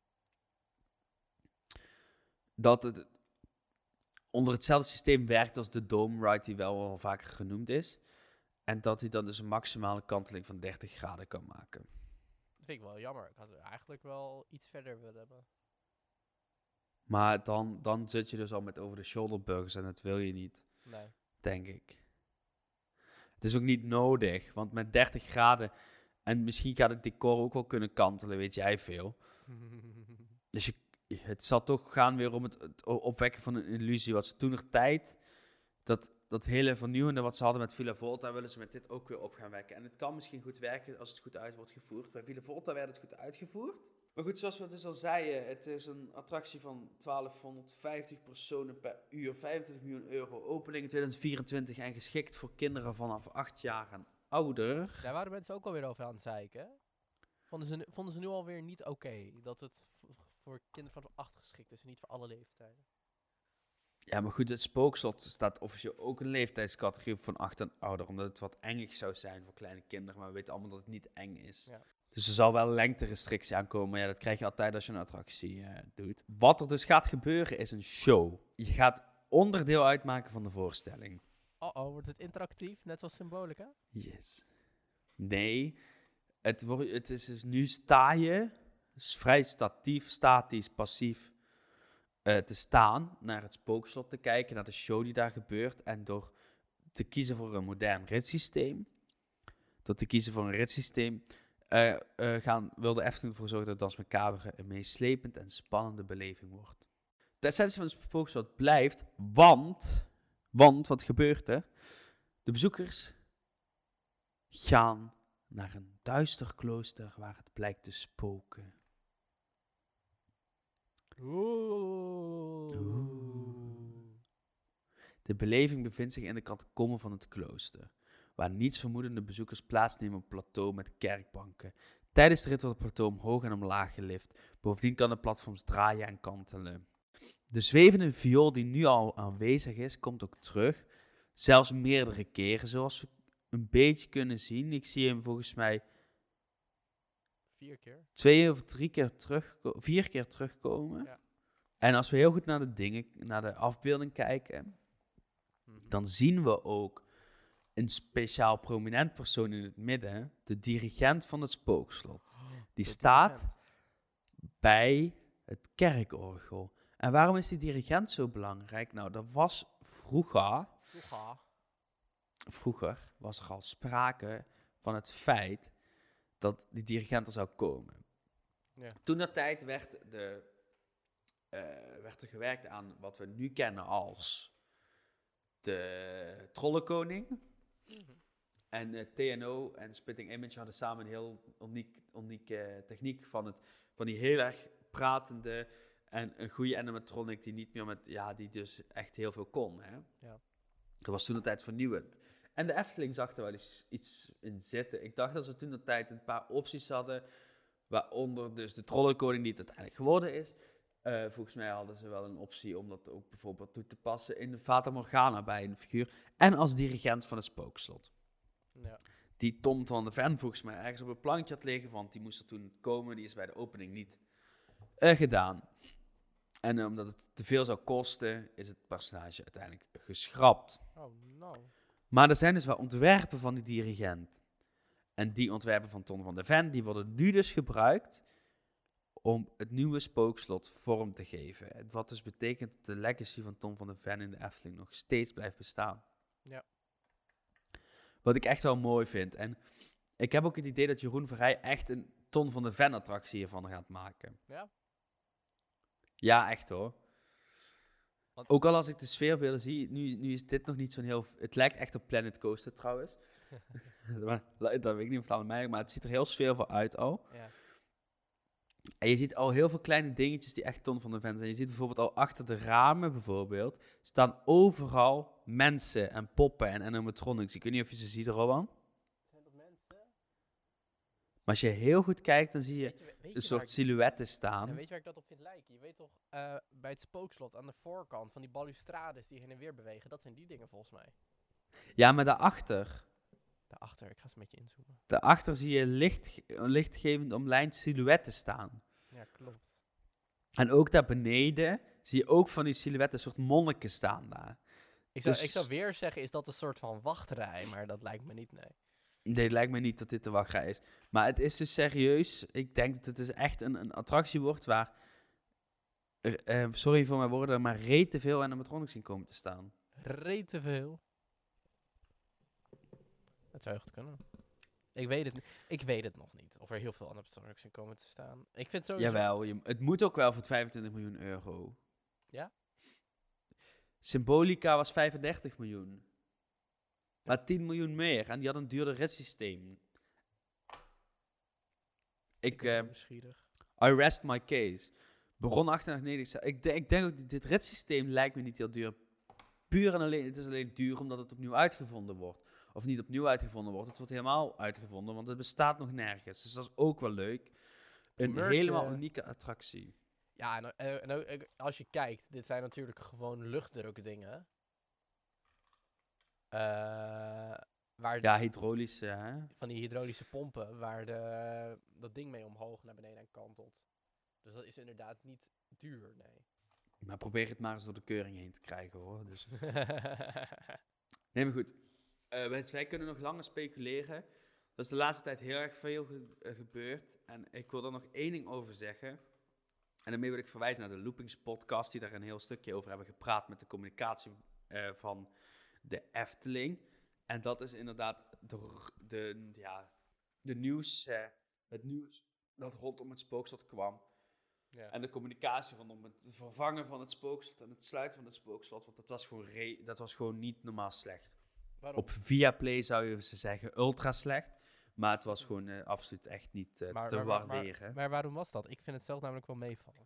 dat het onder hetzelfde systeem werkt als de Dome Ride die wel vaker genoemd is. En dat hij dan dus een maximale kanteling van 30 graden kan maken. Dat vind ik wel jammer. Ik had er eigenlijk wel iets verder willen hebben. Maar dan zit je dus al met over-the-shoulder burgers en dat wil je niet, Nee. denk ik. Het is ook niet nodig, want met 30 graden... En misschien gaat het decor ook wel kunnen kantelen, weet jij veel. Dus het zal toch gaan weer om het opwekken van een illusie. Wat ze toen nog tijd, dat hele vernieuwende wat ze hadden met Villa Volta, willen ze met dit ook weer op gaan wekken. En het kan misschien goed werken als het goed uit wordt gevoerd. Bij Villa Volta werd het goed uitgevoerd. Maar goed, zoals we dus al zeiden, het is een attractie van 1250 personen per uur, 25 miljoen euro, opening in 2024 en geschikt voor kinderen vanaf 8 jaar en ouder. Daar waren mensen ook alweer over aan het zeiken. Hè? Vonden ze nu alweer niet oké dat het voor kinderen vanaf 8 geschikt is en niet voor alle leeftijden? Ja, maar goed, het Spookslot staat officieel ook een leeftijdscategorie van 8 en ouder, omdat het wat engig zou zijn voor kleine kinderen, maar we weten allemaal dat het niet eng is. Ja. Dus er zal wel lengterestrictie aankomen, maar ja, dat krijg je altijd als je een attractie doet. Wat er dus gaat gebeuren is een show. Je gaat onderdeel uitmaken van de voorstelling. Wordt het interactief, net zoals Symbolica? Yes. Nee, het is dus nu sta je, dus vrij statisch, passief, te staan, naar het Spookslot te kijken, naar de show die daar gebeurt. En door te kiezen voor een modern ritssysteem, wil de Efteling ervoor zorgen dat Dans Macabre een meeslepend en spannende beleving wordt. De essentie van het Spookslot blijft, want wat gebeurt er? De bezoekers gaan naar een duister klooster waar het blijkt te spoken. De beleving bevindt zich in de catacomben van het klooster, waar nietsvermoedende bezoekers plaatsnemen op een plateau met kerkbanken. Tijdens de rit wordt het plateau omhoog en omlaag gelift. Bovendien kan de platforms draaien en kantelen. De zwevende viool die nu al aanwezig is, komt ook terug. Zelfs meerdere keren, zoals we een beetje kunnen zien. Ik zie hem volgens mij 4 keer. 2 of 3 keer 4 keer terugkomen. Ja. En als we heel goed naar de afbeelding kijken, dan zien we ook een speciaal prominent persoon in het midden, de dirigent van het Spookslot. Die staat bij het kerkorgel. En waarom is die dirigent zo belangrijk? Nou, dat was vroeger was er al sprake van het feit dat die dirigent er zou komen. Ja. Toen dat tijd werd er gewerkt aan wat we nu kennen als de Trollenkoning. En TNO en Spitting Image hadden samen een heel unieke techniek van die heel erg pratende en een goede animatronic die niet meer die dus echt heel veel kon. Hè? Ja. Dat was toen de tijd vernieuwend. En de Efteling zag er wel eens iets in zitten. Ik dacht dat ze toen de tijd een paar opties hadden, waaronder dus de Trollenkoning die het uiteindelijk geworden is. Volgens mij hadden ze wel een optie om dat ook bijvoorbeeld toe te passen in de Fata Morgana bij een figuur. En als dirigent van het Spookslot. Ja. Die Tom van de Ven volgens mij ergens op een plankje had liggen, want die moest er toen komen. Die is bij de opening niet gedaan. En omdat het te veel zou kosten, is het personage uiteindelijk geschrapt. Oh, no. Maar er zijn dus wel ontwerpen van die dirigent. En die ontwerpen van Tom van de Ven, die worden nu dus gebruikt om het nieuwe Spookslot vorm te geven. Wat dus betekent dat de legacy van Tom van de Ven in de Efteling nog steeds blijft bestaan. Ja. Wat ik echt wel mooi vind. En ik heb ook het idee dat Jeroen Verheij echt een Tom van de Ven attractie hiervan gaat maken. Ja? Ja, echt hoor. Ook al als ik de sfeerbeelden zie, nu is dit nog niet zo'n heel... Het lijkt echt op Planet Coaster trouwens. Dat weet ik niet of het aan mij, maar het ziet er heel sfeervol uit al. Ja. En je ziet al heel veel kleine dingetjes die echt Tom van de Ven zijn. Je ziet bijvoorbeeld al achter de ramen bijvoorbeeld, staan overal mensen en poppen en animatronics. Ik weet niet of je ze ziet, Rowan. Zijn dat mensen? Maar als je heel goed kijkt, dan zie je Weet een soort silhouetten staan. Ja, weet je waar ik dat op vind lijken? Je weet toch, bij het Spookslot aan de voorkant van die balustrades die heen en weer bewegen, dat zijn die dingen volgens mij. Ja, maar daarachter Daarachter, ik ga eens met je inzoomen. daarachter zie je lichtgevend omlijnd silhouetten staan. Ja, klopt. En ook daar beneden zie je ook van die silhouetten, een soort monniken staan daar. Ik Dus- zou weer zeggen, is dat een soort van wachtrij, maar dat lijkt me niet, nee. Nee, het lijkt me niet dat dit de wachtrij is. Maar het is dus serieus. Ik denk dat het dus echt een attractie wordt waar Sorry voor mijn woorden, maar reet te veel animatronics in komen te staan. Reet te veel. Dat zou heel goed kunnen. Ik weet het nog niet. Of er heel veel animatronics in komen te staan. Ik vind sowieso... Jawel, het moet ook wel voor 25 miljoen euro. Ja? Symbolica was 35 miljoen. Maar 10 miljoen meer. En die had een duurder ritssysteem. Ik ben nieuwsgierig. I rest my case. Begon 98. Ik denk ook, dit ritssysteem lijkt me niet heel duur. Puur en alleen, het is alleen duur omdat het opnieuw uitgevonden wordt. Of niet opnieuw uitgevonden wordt, het wordt helemaal uitgevonden, want het bestaat nog nergens. Dus dat is ook wel leuk. Een Merch, helemaal unieke attractie. Ja, en ook, als je kijkt, dit zijn natuurlijk gewoon luchtdrukdingen. Waar Ja, hydraulische, hè? van die hydraulische pompen, waar dat ding mee omhoog naar beneden en kantelt. Dus dat is inderdaad niet duur, nee. Maar probeer het maar eens door de keuring heen te krijgen, hoor. Dus. Nee, maar goed. Wij kunnen nog langer speculeren. Er is de laatste tijd heel erg veel gebeurd. En ik wil er nog één ding over zeggen. En daarmee wil ik verwijzen naar de Loopings podcast, die daar een heel stukje over hebben gepraat met de communicatie van de Efteling. En dat is inderdaad het nieuws dat rondom het spookslot kwam. Ja. En de communicatie rondom het vervangen van het spookslot en het sluiten van het spookslot, want dat was gewoon niet normaal slecht. Waarom? Op Viaplay zou je ze zeggen ultra slecht, maar het was gewoon absoluut echt niet te waarderen. Maar waarom was dat? Ik vind het zelf namelijk wel meevallen.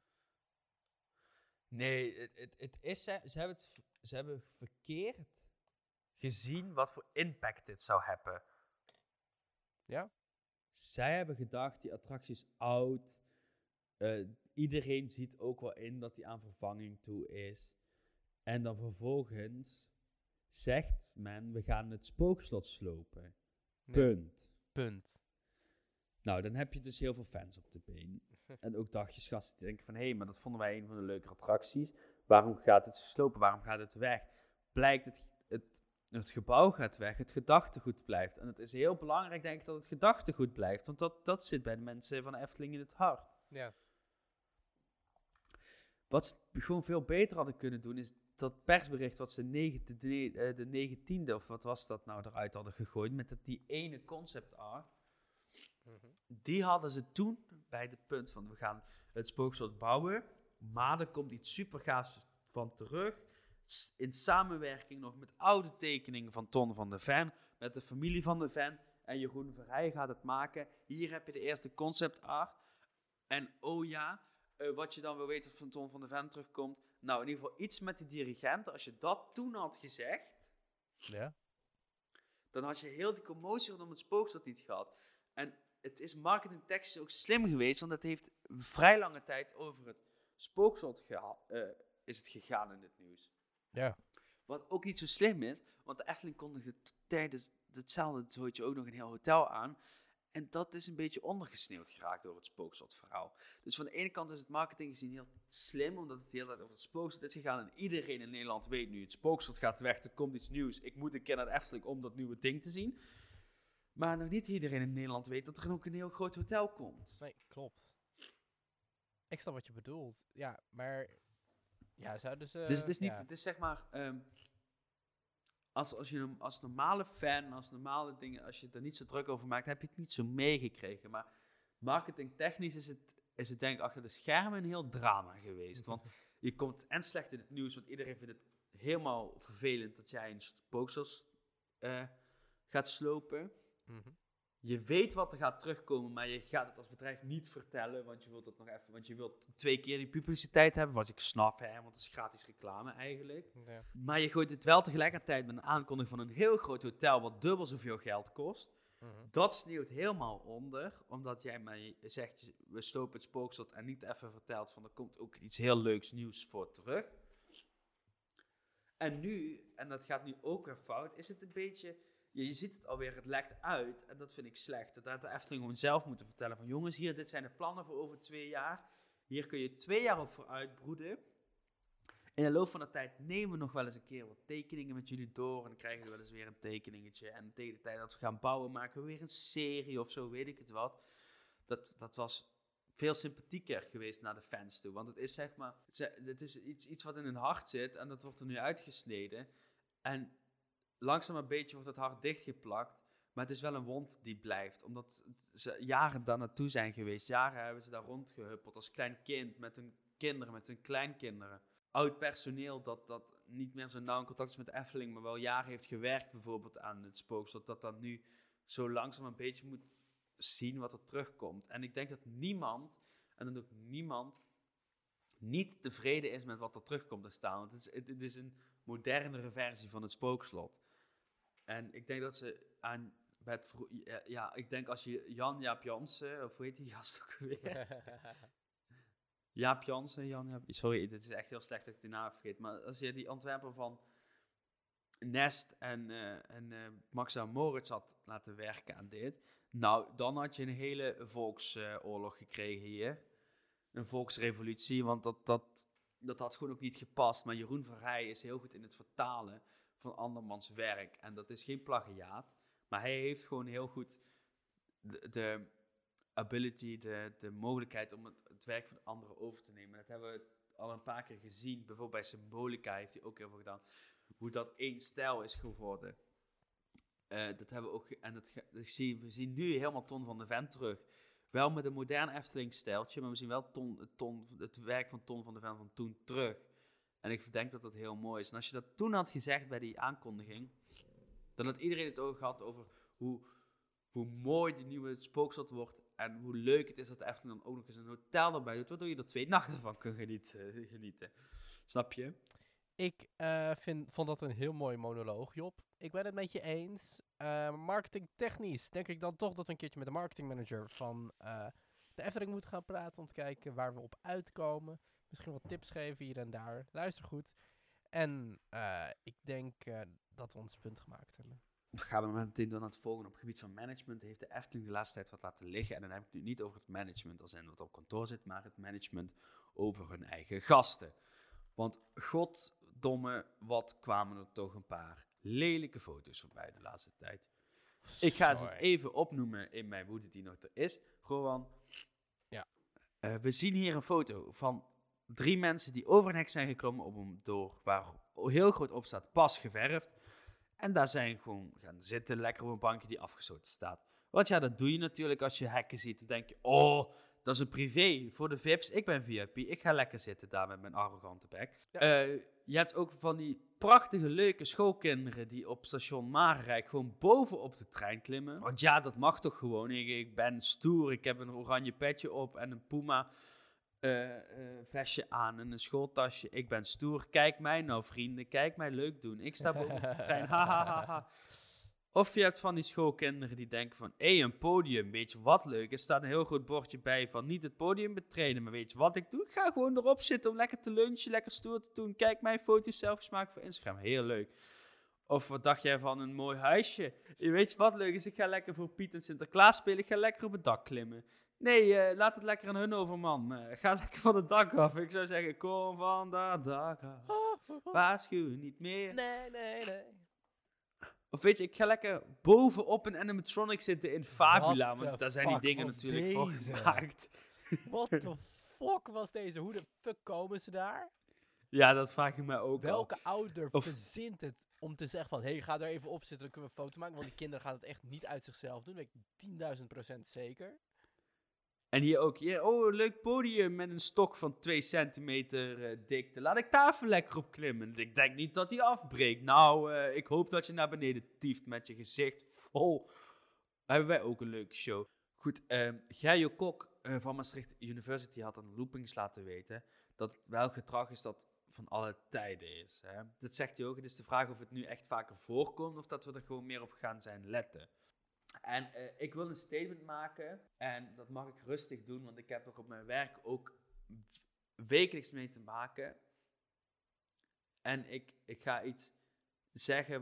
Nee, ze hebben verkeerd gezien wat voor impact dit zou hebben. Ja? Zij hebben gedacht, die attractie is oud. Iedereen ziet ook wel in dat die aan vervanging toe is. En dan vervolgens zegt men, we gaan het spookslot slopen. Nee. Punt. Nou, dan heb je dus heel veel fans op de been. En ook dagjesgasten die denken van, hé, maar dat vonden wij een van de leuke attracties. Waarom gaat het slopen? Waarom gaat het weg? Blijkt het gebouw gaat weg, het gedachtegoed blijft. En het is heel belangrijk, denk ik, dat het gedachtegoed blijft. Want dat zit bij de mensen van de Efteling in het hart. Ja. Wat ze gewoon veel beter hadden kunnen doen, is dat persbericht wat ze de 19e, of wat was dat nou, eruit hadden gegooid, met die ene concept art. Die hadden ze toen bij het punt van, we gaan het spookslot bouwen, maar er komt iets super gaafs van terug. In samenwerking nog met oude tekeningen van Ton van de Ven, met de familie van de Ven. En Jeroen Verheij gaat het maken. Hier heb je de eerste concept art. En oh ja, wat je dan wil weten of van Ton van de Ven terugkomt. Nou, in ieder geval iets met die dirigenten. Als je dat toen had gezegd, Ja? dan had je heel die commotie rondom het spookslot niet gehad. En het is marketingtechnisch ook slim geweest, want het heeft vrij lange tijd over het spookslot is het gegaan in het nieuws. Ja. Wat ook niet zo slim is, want de Efteling kondigde tijdens hetzelfde zootje ook nog een heel hotel aan. En dat is een beetje ondergesneeuwd geraakt door het spookslotverhaal. Dus van de ene kant is het marketing gezien heel slim, omdat het de hele tijd over het spookslot is gegaan. En iedereen in Nederland weet nu, het spookslot gaat weg, er komt iets nieuws. Ik moet een keer naar de Efteling om dat nieuwe ding te zien. Maar nog niet iedereen in Nederland weet dat er ook een heel groot hotel komt. Nee, klopt. Ik snap wat je bedoelt. Ja, maar... Ja, zouden ze... Dus het is niet, ja. het is zeg maar, als je als normale fan, als normale dingen, als je er niet zo druk over maakt, heb je het niet zo meegekregen. Maar marketingtechnisch is het denk ik achter de schermen een heel drama geweest. Want je komt en slecht in het nieuws, want iedereen vindt het helemaal vervelend dat jij een spookslot gaat slopen. Je weet wat er gaat terugkomen, maar je gaat het als bedrijf niet vertellen, want je wilt het nog even, want je wilt 2 keer die publiciteit hebben, wat ik snap, hè, want het is gratis reclame eigenlijk. Ja. Maar je gooit het wel tegelijkertijd met een aankondiging van een heel groot hotel, wat dubbel zoveel geld kost. Dat sneeuwt helemaal onder, omdat jij mij zegt, we slopen het spookslot en niet even vertelt van, er komt ook iets heel leuks nieuws voor terug. En nu, en dat gaat nu ook weer fout, is het een beetje... Je ziet het alweer, het lekt uit en dat vind ik slecht. Dat had de Efteling gewoon zelf moeten vertellen van jongens, hier, dit zijn de plannen voor over 2 jaar. Hier kun je 2 jaar op vooruit broeden. In de loop van de tijd nemen we nog wel eens een keer wat tekeningen met jullie door. En dan krijgen we wel eens weer een tekeningetje. En tegen de tijd dat we gaan bouwen, maken we weer een serie of zo, weet ik het wat. Dat was veel sympathieker geweest naar de fans toe. Want het is zeg maar, het is iets wat in hun hart zit en dat wordt er nu uitgesneden. En langzaam een beetje wordt het hart dichtgeplakt. Maar het is wel een wond die blijft. Omdat ze jaren daar naartoe zijn geweest. Jaren hebben ze daar rondgehuppeld als klein kind. Met hun kinderen, met hun kleinkinderen. Oud personeel dat niet meer zo nauw in contact is met de Efteling. Maar wel jaren heeft gewerkt bijvoorbeeld aan het Spookslot. Dat dat nu zo langzaam een beetje moet zien wat er terugkomt. En ik denk dat niemand, en dan ook niemand, niet tevreden is met wat er terugkomt te staan. Want het is een modernere versie van het Spookslot. En ik denk dat ze aan... ik denk als je Jan-Jaap Jansen, of hoe heet die gast ook weer? Jaap Jansen, sorry, dit is echt heel slecht dat ik die naam vergeet. Maar als je die ontwerper van Nest en Maxa Moritz had laten werken aan dit, nou, dan had je een hele volksoorlog gekregen hier. Een volksrevolutie, want dat had gewoon ook niet gepast. Maar Jeroen van Rij is heel goed in het vertalen van andermans werk. En dat is geen plagiaat. Maar hij heeft gewoon heel goed de ability, de mogelijkheid om het werk van anderen over te nemen. Dat hebben we al een paar keer gezien. Bijvoorbeeld bij Symbolica heeft hij ook heel veel gedaan. Hoe dat één stijl is geworden. Dat hebben we ook... En we zien nu helemaal Ton van de Ven terug. Wel met een modern Efteling-stijltje, maar we zien wel het werk van Ton van de Ven van toen terug. En ik denk dat dat heel mooi is. En als je dat toen had gezegd bij die aankondiging, dan had iedereen het ook gehad over hoe mooi die nieuwe Spookslot wordt en hoe leuk het is dat de Efteling dan ook nog eens een hotel erbij doet, waardoor je er 2 nachten van kunt genieten. Snap je? Ik vond dat een heel mooi monoloog, Job. Ik ben het met je eens. Marketingtechnisch denk ik dan toch dat we een keertje met de marketingmanager van de Efteling moeten gaan praten om te kijken waar we op uitkomen. Misschien wat tips geven hier en daar. Luister goed. En ik denk dat we ons punt gemaakt hebben. Dan gaan we meteen door naar het volgende. Op het gebied van management heeft de Efteling de laatste tijd wat laten liggen. En dan heb ik het nu niet over het management als in wat op kantoor zit, maar het management over hun eigen gasten. Want goddomme, wat kwamen er toch een paar lelijke foto's voorbij de laatste tijd. Ik ga ze even opnoemen in mijn woede die nog er is. Rowan. Ja. We zien hier een foto van 3 mensen die over een hek zijn geklommen op een door waar heel groot op staat pas geverfd. En daar zijn gewoon gaan zitten, lekker op een bankje die afgesloten staat. Want ja, dat doe je natuurlijk als je hekken ziet. Dan denk je, oh, dat is een privé voor de VIP's. Ik ben VIP, ik ga lekker zitten daar met mijn arrogante bek. Ja. Je hebt ook van die prachtige, leuke schoolkinderen die op station Marenrijk gewoon bovenop de trein klimmen. Want ja, dat mag toch gewoon. Ik ben stoer, ik heb een oranje petje op en een Puma vestje aan en een schooltasje. Ik ben stoer. Kijk mij nou, vrienden. Kijk mij leuk doen. Ik sta boven op de trein. Ha, ha, ha, ha. Of je hebt van die schoolkinderen die denken van, een podium, weet je wat leuk? Er staat een heel groot bordje bij van niet het podium betreden, maar weet je wat ik doe? Ik ga gewoon erop zitten om lekker te lunchen, lekker stoer te doen. Kijk mijn foto's, selfies maken voor Instagram. Heel leuk. Of wat dacht jij van een mooi huisje? Je weet je wat leuk is? Ik ga lekker voor Piet en Sinterklaas spelen. Ik ga lekker op het dak klimmen. Nee, laat het lekker aan hun over, man. Ga lekker van het dak af. Ik zou zeggen, kom van dat dak af. Waarschuw niet meer. Nee. Of weet je, ik ga lekker bovenop een animatronic zitten in Fabula. Want daar zijn die dingen natuurlijk voor gemaakt. What the fuck was deze? Hoe de fuck komen ze daar? Ja, dat vraag ik me ook Welke al. ouder verzint het om te zeggen van, hey, ga er even op zitten, dan kunnen we een foto maken. Want die kinderen gaan het echt niet uit zichzelf doen. Dat weet ik 10.000% zeker. En hier ook, leuk podium met een stok van 2 centimeter dikte. Laat ik daar even lekker op klimmen. Ik denk niet dat die afbreekt. Nou, ik hoop dat je naar beneden tieft met je gezicht vol. Hebben wij ook een leuke show. Goed, Gerjo Kok van Maastricht University had aan Loopings laten weten dat welk gedrag is dat van alle tijden is. Hè? Dat zegt hij ook. Het is de vraag of het nu echt vaker voorkomt of dat we er gewoon meer op gaan zijn letten. En ik wil een statement maken en dat mag ik rustig doen, want ik heb er op mijn werk ook wekelijks mee te maken. En ik ga iets zeggen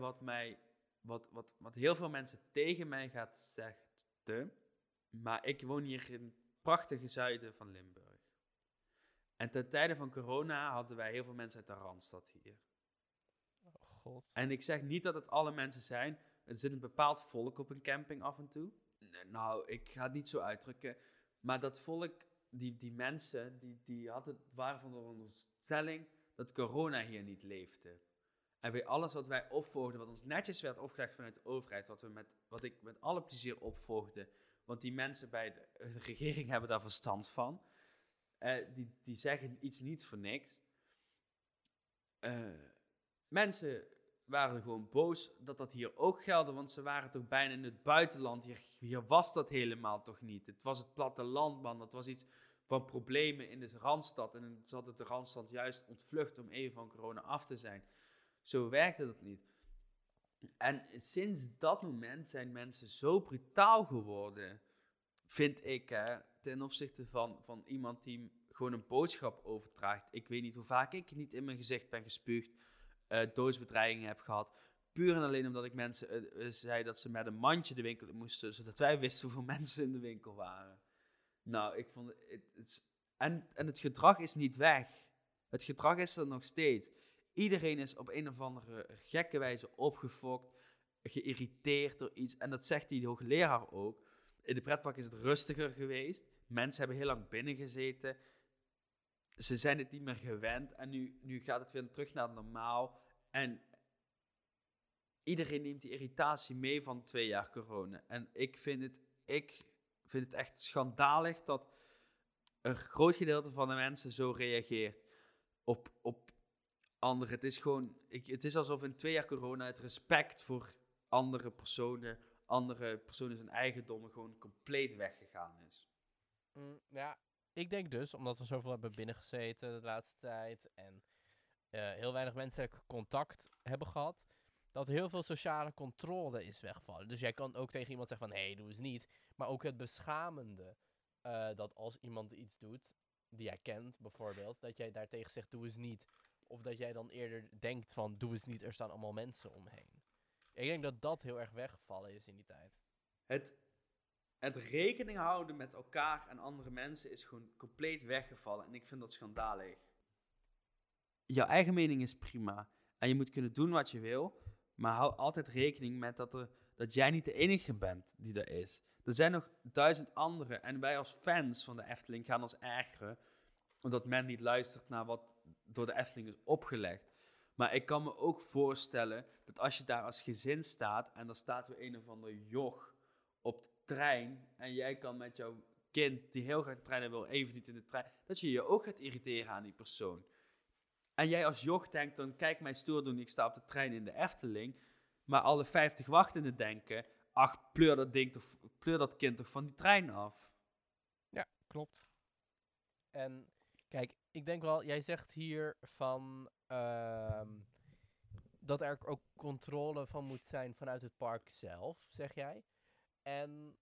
wat heel veel mensen tegen mij gaat zeggen, maar ik woon hier in het prachtige zuiden van Limburg. En ten tijde van corona hadden wij heel veel mensen uit de Randstad hier. Oh god. En ik zeg niet dat het alle mensen zijn. Er zit een bepaald volk op een camping af en toe. Nou, ik ga het niet zo uitdrukken. Maar dat volk die mensen, waren van de onderstelling dat corona hier niet leefde. En bij alles wat wij opvolgden, wat ons netjes werd opgelegd vanuit de overheid, wat ik met alle plezier opvolgde, want die mensen bij de regering hebben daar verstand van, die zeggen iets niet voor niks. Mensen waren gewoon boos dat hier ook geldde, want ze waren toch bijna in het buitenland. Hier was dat helemaal toch niet. Het was het platteland, man. Dat was iets van problemen in de Randstad. En ze hadden de Randstad juist ontvlucht om even van corona af te zijn. Zo werkte dat niet. En sinds dat moment zijn mensen zo brutaal geworden, vind ik, ten opzichte van iemand die gewoon een boodschap overdraagt. Ik weet niet hoe vaak ik niet in mijn gezicht ben gespuugd, doodsbedreigingen heb gehad. Puur en alleen omdat ik mensen zei dat ze met een mandje de winkel in moesten, zodat wij wisten hoeveel mensen in de winkel waren. Nou, ik vond het... En het gedrag is niet weg. Het gedrag is er nog steeds. Iedereen is op een of andere gekke wijze opgefokt, geïrriteerd door iets. En dat zegt die hoogleraar ook. In de pretpark is het rustiger geweest. Mensen hebben heel lang binnen gezeten. Ze zijn het niet meer gewend. En nu gaat het weer terug naar normaal. En iedereen neemt die irritatie mee van 2 jaar corona. En ik vind het echt schandalig dat een groot gedeelte van de mensen zo reageert op anderen. Het is alsof in 2 jaar corona het respect voor andere personen zijn eigendommen gewoon compleet weggegaan is. Ja, ik denk dus, omdat we zoveel hebben binnengezeten de laatste tijd en heel weinig menselijk contact hebben gehad, dat heel veel sociale controle is weggevallen. Dus jij kan ook tegen iemand zeggen van, doe eens niet. Maar ook het beschamende, dat als iemand iets doet, die jij kent bijvoorbeeld, dat jij daartegen zegt, doe eens niet. Of dat jij dan eerder denkt van, doe eens niet, er staan allemaal mensen omheen. Ik denk dat dat heel erg weggevallen is in die tijd. Het rekening houden met elkaar en andere mensen is gewoon compleet weggevallen. En ik vind dat schandalig. Jouw eigen mening is prima. En je moet kunnen doen wat je wil. Maar hou altijd rekening met dat jij niet de enige bent die er is. Er zijn nog 1000 anderen. En wij als fans van de Efteling gaan ons ergeren, omdat men niet luistert naar wat door de Efteling is opgelegd. Maar ik kan me ook voorstellen dat als je daar als gezin staat en er staat weer een of ander joch op de trein en jij kan met jouw kind die heel graag de trein wil even niet in de trein, dat je je ook gaat irriteren aan die persoon. En jij als joch denkt dan, kijk mij stoer doen, ik sta op de trein in de Efteling. Maar alle 50 wachtenden denken, ach, pleur dat kind toch van die trein af. Ja, klopt. En kijk, ik denk wel, jij zegt hier van dat er ook controle van moet zijn vanuit het park zelf, zeg jij. En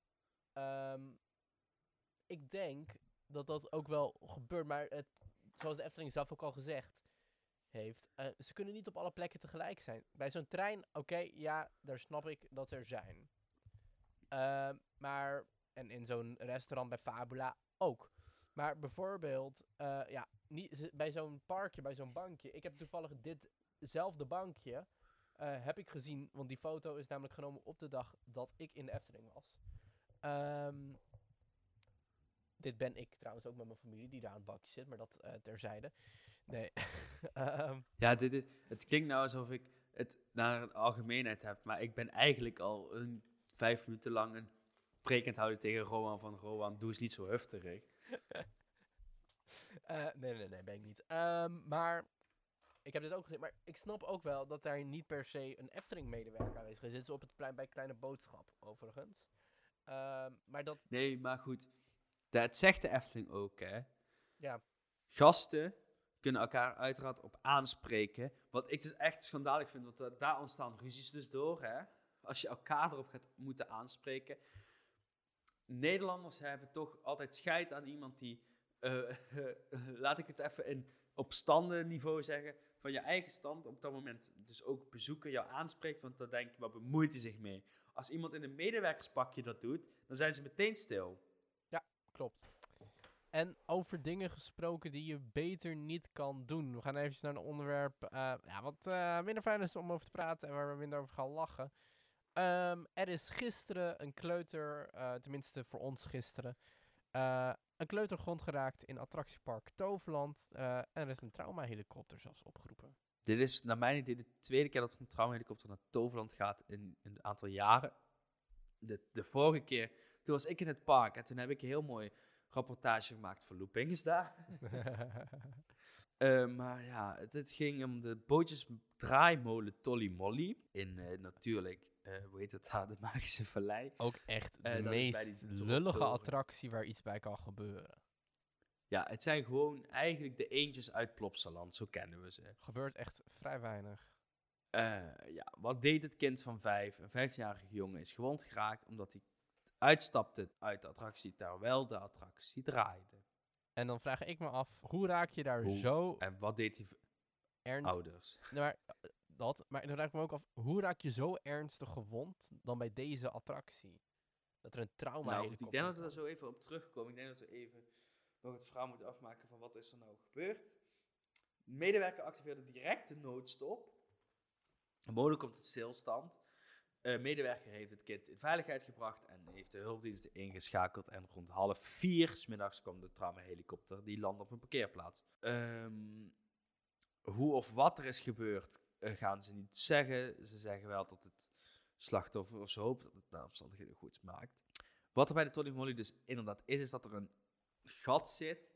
ik denk dat dat ook wel gebeurt, maar zoals de Efteling zelf ook al gezegd heeft, ze kunnen niet op alle plekken tegelijk zijn. Bij zo'n trein, oké, ja, daar snap ik dat er zijn. Maar, en in zo'n restaurant bij Fabula ook. Maar bijvoorbeeld, bij zo'n parkje, bij zo'n bankje. Ik heb toevallig ditzelfde bankje, heb ik gezien, want die foto is namelijk genomen op de dag dat ik in de Efteling was. Dit ben ik trouwens ook met mijn familie die daar aan het bankje zit, maar dat terzijde. Nee. Ja, het klinkt nou alsof ik het naar de algemeenheid heb, maar ik ben eigenlijk al 5 minuten lang een preek aan het houden tegen Rowan van Rowan, doe eens niet zo hufterig. Nee, ben ik niet. Maar ik heb dit ook gezien, maar ik snap ook wel dat daar niet per se een Efteling-medewerker aanwezig is. Dit is op het plein bij Kleine Boodschap, overigens. Maar dat... Nee, maar goed, dat zegt de Efteling ook, hè. Ja. Gasten kunnen elkaar uiteraard op aanspreken. Wat ik dus echt schandalig vind, want daar ontstaan ruzies dus door, hè. Als je elkaar erop gaat moeten aanspreken. Nederlanders hebben toch altijd scheid aan iemand die, laat ik het even op standenniveau zeggen, van je eigen stand op dat moment dus ook bezoeken jou aanspreekt, want dan denk je, wat bemoeit hij zich mee? Als iemand in een medewerkerspakje dat doet, dan zijn ze meteen stil. Ja, klopt. En over dingen gesproken die je beter niet kan doen. We gaan even naar een onderwerp wat minder fijn is om over te praten en waar we minder over gaan lachen. Er is gisteren een kleuter, tenminste voor ons gisteren, Een kleuter gewond geraakt in attractiepark Toverland. En er is een traumahelikopter zelfs opgeroepen. Dit is naar mijn idee de tweede keer dat er een traumahelikopter naar Toverland gaat in een aantal jaren. De vorige keer, toen was ik in het park en toen heb ik een heel mooi rapportage gemaakt voor Loopings daar. Maar ja, het ging om de bootjesdraaimolen Tolly Molly in natuurlijk, hoe heet het daar, de Magische Vallei. Ook echt de dat is bij meest die lullige droptoren. attractie waar iets bij kan gebeuren. Ja, het zijn gewoon eigenlijk de eendjes uit Plopsaland, zo kennen we ze. Gebeurt echt vrij weinig. Ja, wat deed het kind van 5? Een 15-jarige jongen is gewond geraakt omdat hij uitstapte uit de attractie terwijl de attractie draaide. En dan vraag ik me af, hoe raak je daar Hoe? zo En wat deed die ernstig... ouders? Maar dan vraag ik me ook af, hoe raak je zo ernstig gewond dan bij deze attractie? Dat er een trauma Nou, ik denk dat we daar zo even op terugkomen. Ik denk dat we even nog het verhaal moeten afmaken van wat is er nou gebeurd. De medewerker activeerde direct de noodstop. De motor komt tot stilstand. Medewerker heeft het kind in veiligheid gebracht en heeft de hulpdiensten ingeschakeld. En rond 3:30 's middags kwam de traumahelikopter, die landde op een parkeerplaats. Hoe of wat er is gebeurd, gaan ze niet zeggen. Ze zeggen wel dat het slachtoffer, of ze hopen dat het naar omstandigheden goed maakt. Wat er bij de Tolly Molly dus inderdaad is dat er een gat zit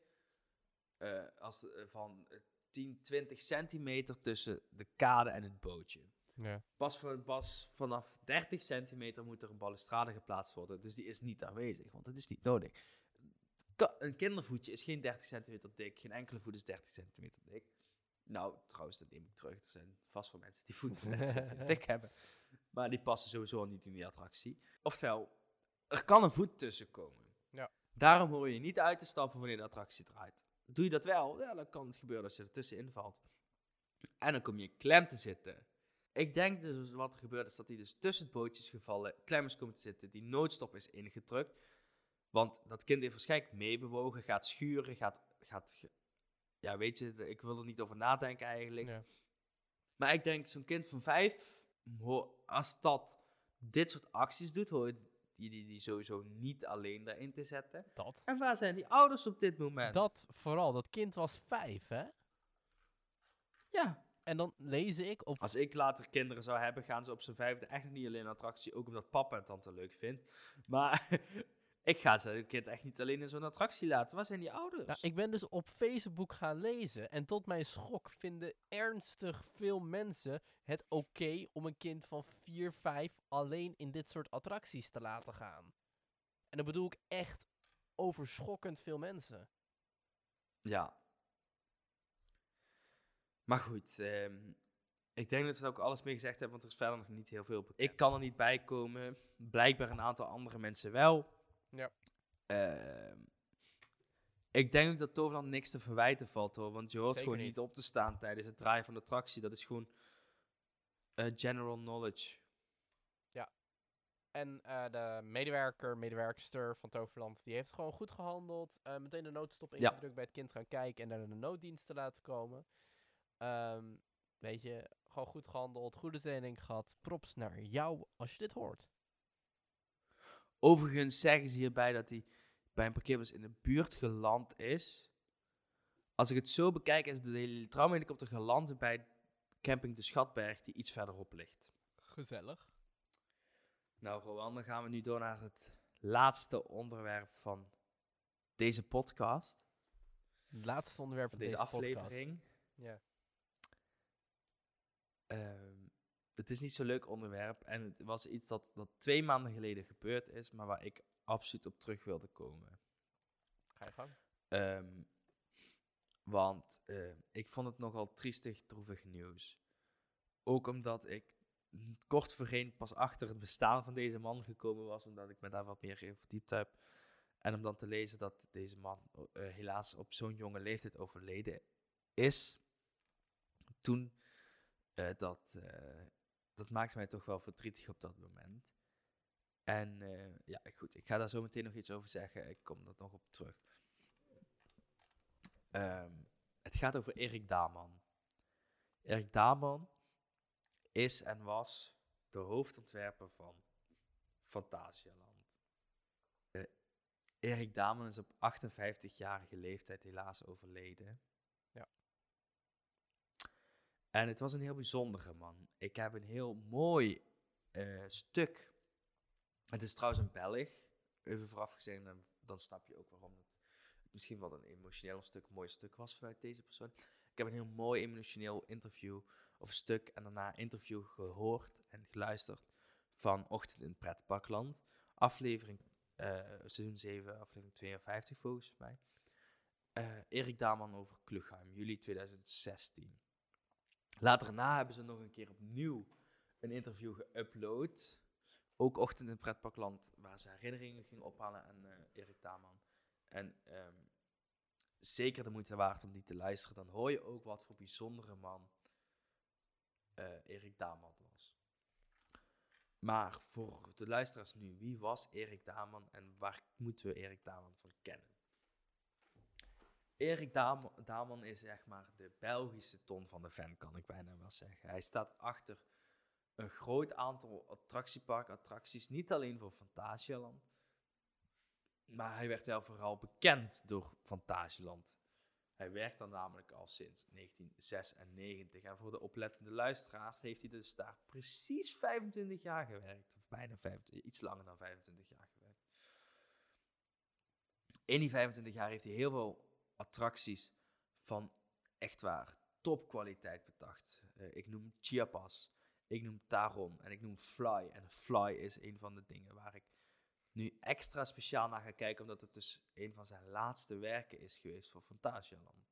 van 10, 20 centimeter tussen de kade en het bootje. Ja. Pas vanaf 30 centimeter moet er een balustrade geplaatst worden. Dus die is niet aanwezig, want het is niet nodig. Een kindervoetje is geen 30 centimeter dik. Geen enkele voet is 30 centimeter dik. Nou, trouwens, dat neem ik terug. Er zijn vast wel mensen die voeten van 30 centimeter dik hebben. Maar die passen sowieso al niet in die attractie. Oftewel, er kan een voet tussen komen. Ja. Daarom hoor je niet uit te stappen wanneer de attractie draait. Doe je dat wel, ja, dan kan het gebeuren dat je er tussenin valt. En dan kom je klem te zitten. Ik denk dus wat er gebeurt is dat hij dus tussen het bootje is gevallen, klem is komen te zitten, die noodstop is ingedrukt. Want dat kind heeft waarschijnlijk meebewogen, gaat schuren, ja, weet je, ik wil er niet over nadenken eigenlijk. Ja. Maar ik denk, zo'n kind van 5, als dat dit soort acties doet, hoor je die sowieso niet alleen daarin te zetten. Dat. En waar zijn die ouders op dit moment? Dat vooral, dat kind was 5, hè? Ja. En dan lees ik op... Als ik later kinderen zou hebben, gaan ze op zijn 5e echt nog niet alleen een attractie, ook omdat papa het tante leuk vindt. Maar ik ga zijn kind echt niet alleen in zo'n attractie laten. Waar zijn die ouders? Nou, ik ben dus op Facebook gaan lezen en tot mijn schok vinden ernstig veel mensen het oké om een kind van 4, 5 alleen in dit soort attracties te laten gaan. En dan bedoel ik echt overschokkend veel mensen. Ja. Maar goed, ik denk dat we er ook alles mee gezegd hebben, want er is verder nog niet heel veel bekend. Ik kan er niet bij komen. Blijkbaar een aantal andere mensen wel. Ja. Ik denk ook dat Toverland niks te verwijten valt, hoor. Want je hoort Zeker gewoon niet op te staan tijdens het draaien van de attractie. Dat is gewoon general knowledge. Ja. En de medewerkster van Toverland, die heeft gewoon goed gehandeld. Meteen de noodstop ingedrukt bij het kind gaan kijken en naar de nooddienst te laten komen. Weet je, gewoon goed gehandeld, goede training gehad. Props naar jou als je dit hoort. Overigens zeggen ze hierbij dat hij bij een parkeerbus in de buurt geland is. Als ik het zo bekijk, is de traumahelikopter geland bij camping De Schatberg, die iets verderop ligt. Gezellig. Nou, Rowan, dan gaan we nu door naar het laatste onderwerp van deze podcast. Het laatste onderwerp van Deze aflevering. Ja. Het is niet zo'n leuk onderwerp en het was iets dat 2 maanden geleden gebeurd is, maar waar ik absoluut op terug wilde komen. Ga je gang. Want ik vond het nogal triestig, droevig nieuws. Ook omdat ik kort voorheen pas achter het bestaan van deze man gekomen was, omdat ik me daar wat meer in verdiept heb. En om dan te lezen dat deze man helaas op zo'n jonge leeftijd overleden is. Toen, dat maakte mij toch wel verdrietig op dat moment. En ja, goed, ik ga daar zo meteen nog iets over zeggen. Ik kom er nog op terug. Het gaat over Erik Daman. Erik Daman is en was de hoofdontwerper van Phantasialand. Erik Daman is op 58-jarige leeftijd helaas overleden. Ja. En het was een heel bijzondere man. Ik heb een heel mooi stuk. Het is trouwens een Belg. Even vooraf gezegd, dan snap je ook waarom het misschien wel een emotioneel mooi stuk was vanuit deze persoon. Ik heb een heel mooi emotioneel interview of stuk en daarna interview gehoord en geluisterd van Ochtend in het Pretparkland. Seizoen 7, aflevering 52 volgens mij. Erik Daman over Klugheim, juli 2016. Later daarna hebben ze nog een keer opnieuw een interview geüpload. Ook Ochtend in het Pretparkland, waar ze herinneringen gingen ophalen aan Erik Daman. En zeker de moeite waard om die te luisteren. Dan hoor je ook wat voor bijzondere man Erik Daman was. Maar voor de luisteraars nu, wie was Erik Daman en waar moeten we Erik Daman van kennen? Erik Daman is zeg maar de Belgische Ton van de Ven, kan ik bijna wel zeggen. Hij staat achter een groot aantal attracties, niet alleen voor Fantasieland, maar hij werd wel vooral bekend door Fantasieland. Hij werkt dan namelijk al sinds 1996 en voor de oplettende luisteraars heeft hij dus daar precies 25 jaar gewerkt, of bijna 25, iets langer dan 25 jaar gewerkt. In die 25 jaar heeft hij heel veel attracties van echt waar topkwaliteit bedacht. Ik noem Chiapas, ik noem Taron en ik noem Fly. En Fly is een van de dingen waar ik nu extra speciaal naar ga kijken, omdat het dus een van zijn laatste werken is geweest voor Fantasialand.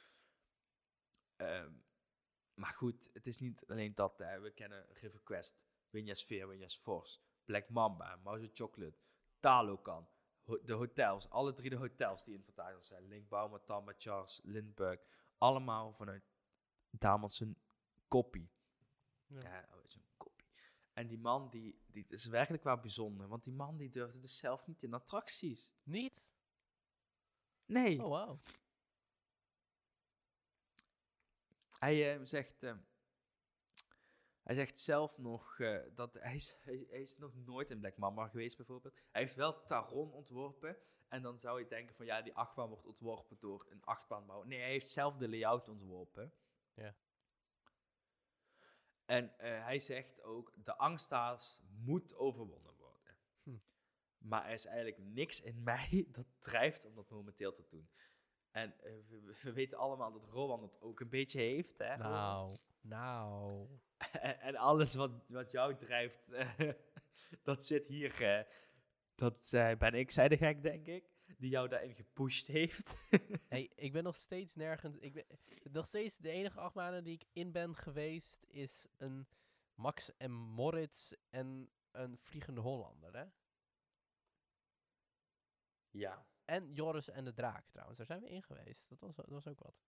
Maar goed, het is niet alleen dat. We kennen River Quest, Winja Sphere, Winja Force, Black Mamba, Mouse Chocolate, Talokan, de hotels, alle 3 de hotels die in Fantasialand zijn. Link Bauma, Tamba, Charles, Lindbergh, allemaal vanuit Daman zijn kopie. Ja, zo'n kopie. En die man, die is werkelijk wel bijzonder. Want die man die durfde dus zelf niet in attracties. Niet? Nee. Oh, wow. Hij zegt zelf nog dat hij is nog nooit in Black Mamba geweest bijvoorbeeld. Hij heeft wel Taron ontworpen. En dan zou je denken van ja, die achtbaan wordt ontworpen door een achtbaanbouwer. Nee, hij heeft zelf de layout ontworpen. Ja. En hij zegt ook, de angsthaas moet overwonnen worden. Maar er is eigenlijk niks in mij dat drijft om dat momenteel te doen. En we weten allemaal dat Rowan het ook een beetje heeft. Hè, Nou. en alles wat jou drijft, dat zit hier. Dat ben ik, zei de gek, denk ik. Die jou daarin gepusht heeft. Hey, ik ben nog steeds nergens... nog steeds de enige achtbanen die ik in ben geweest is een Max en Moritz en een Vliegende Hollander, hè? Ja. En Joris en de Draak, trouwens. Daar zijn we in geweest. Dat was ook wat.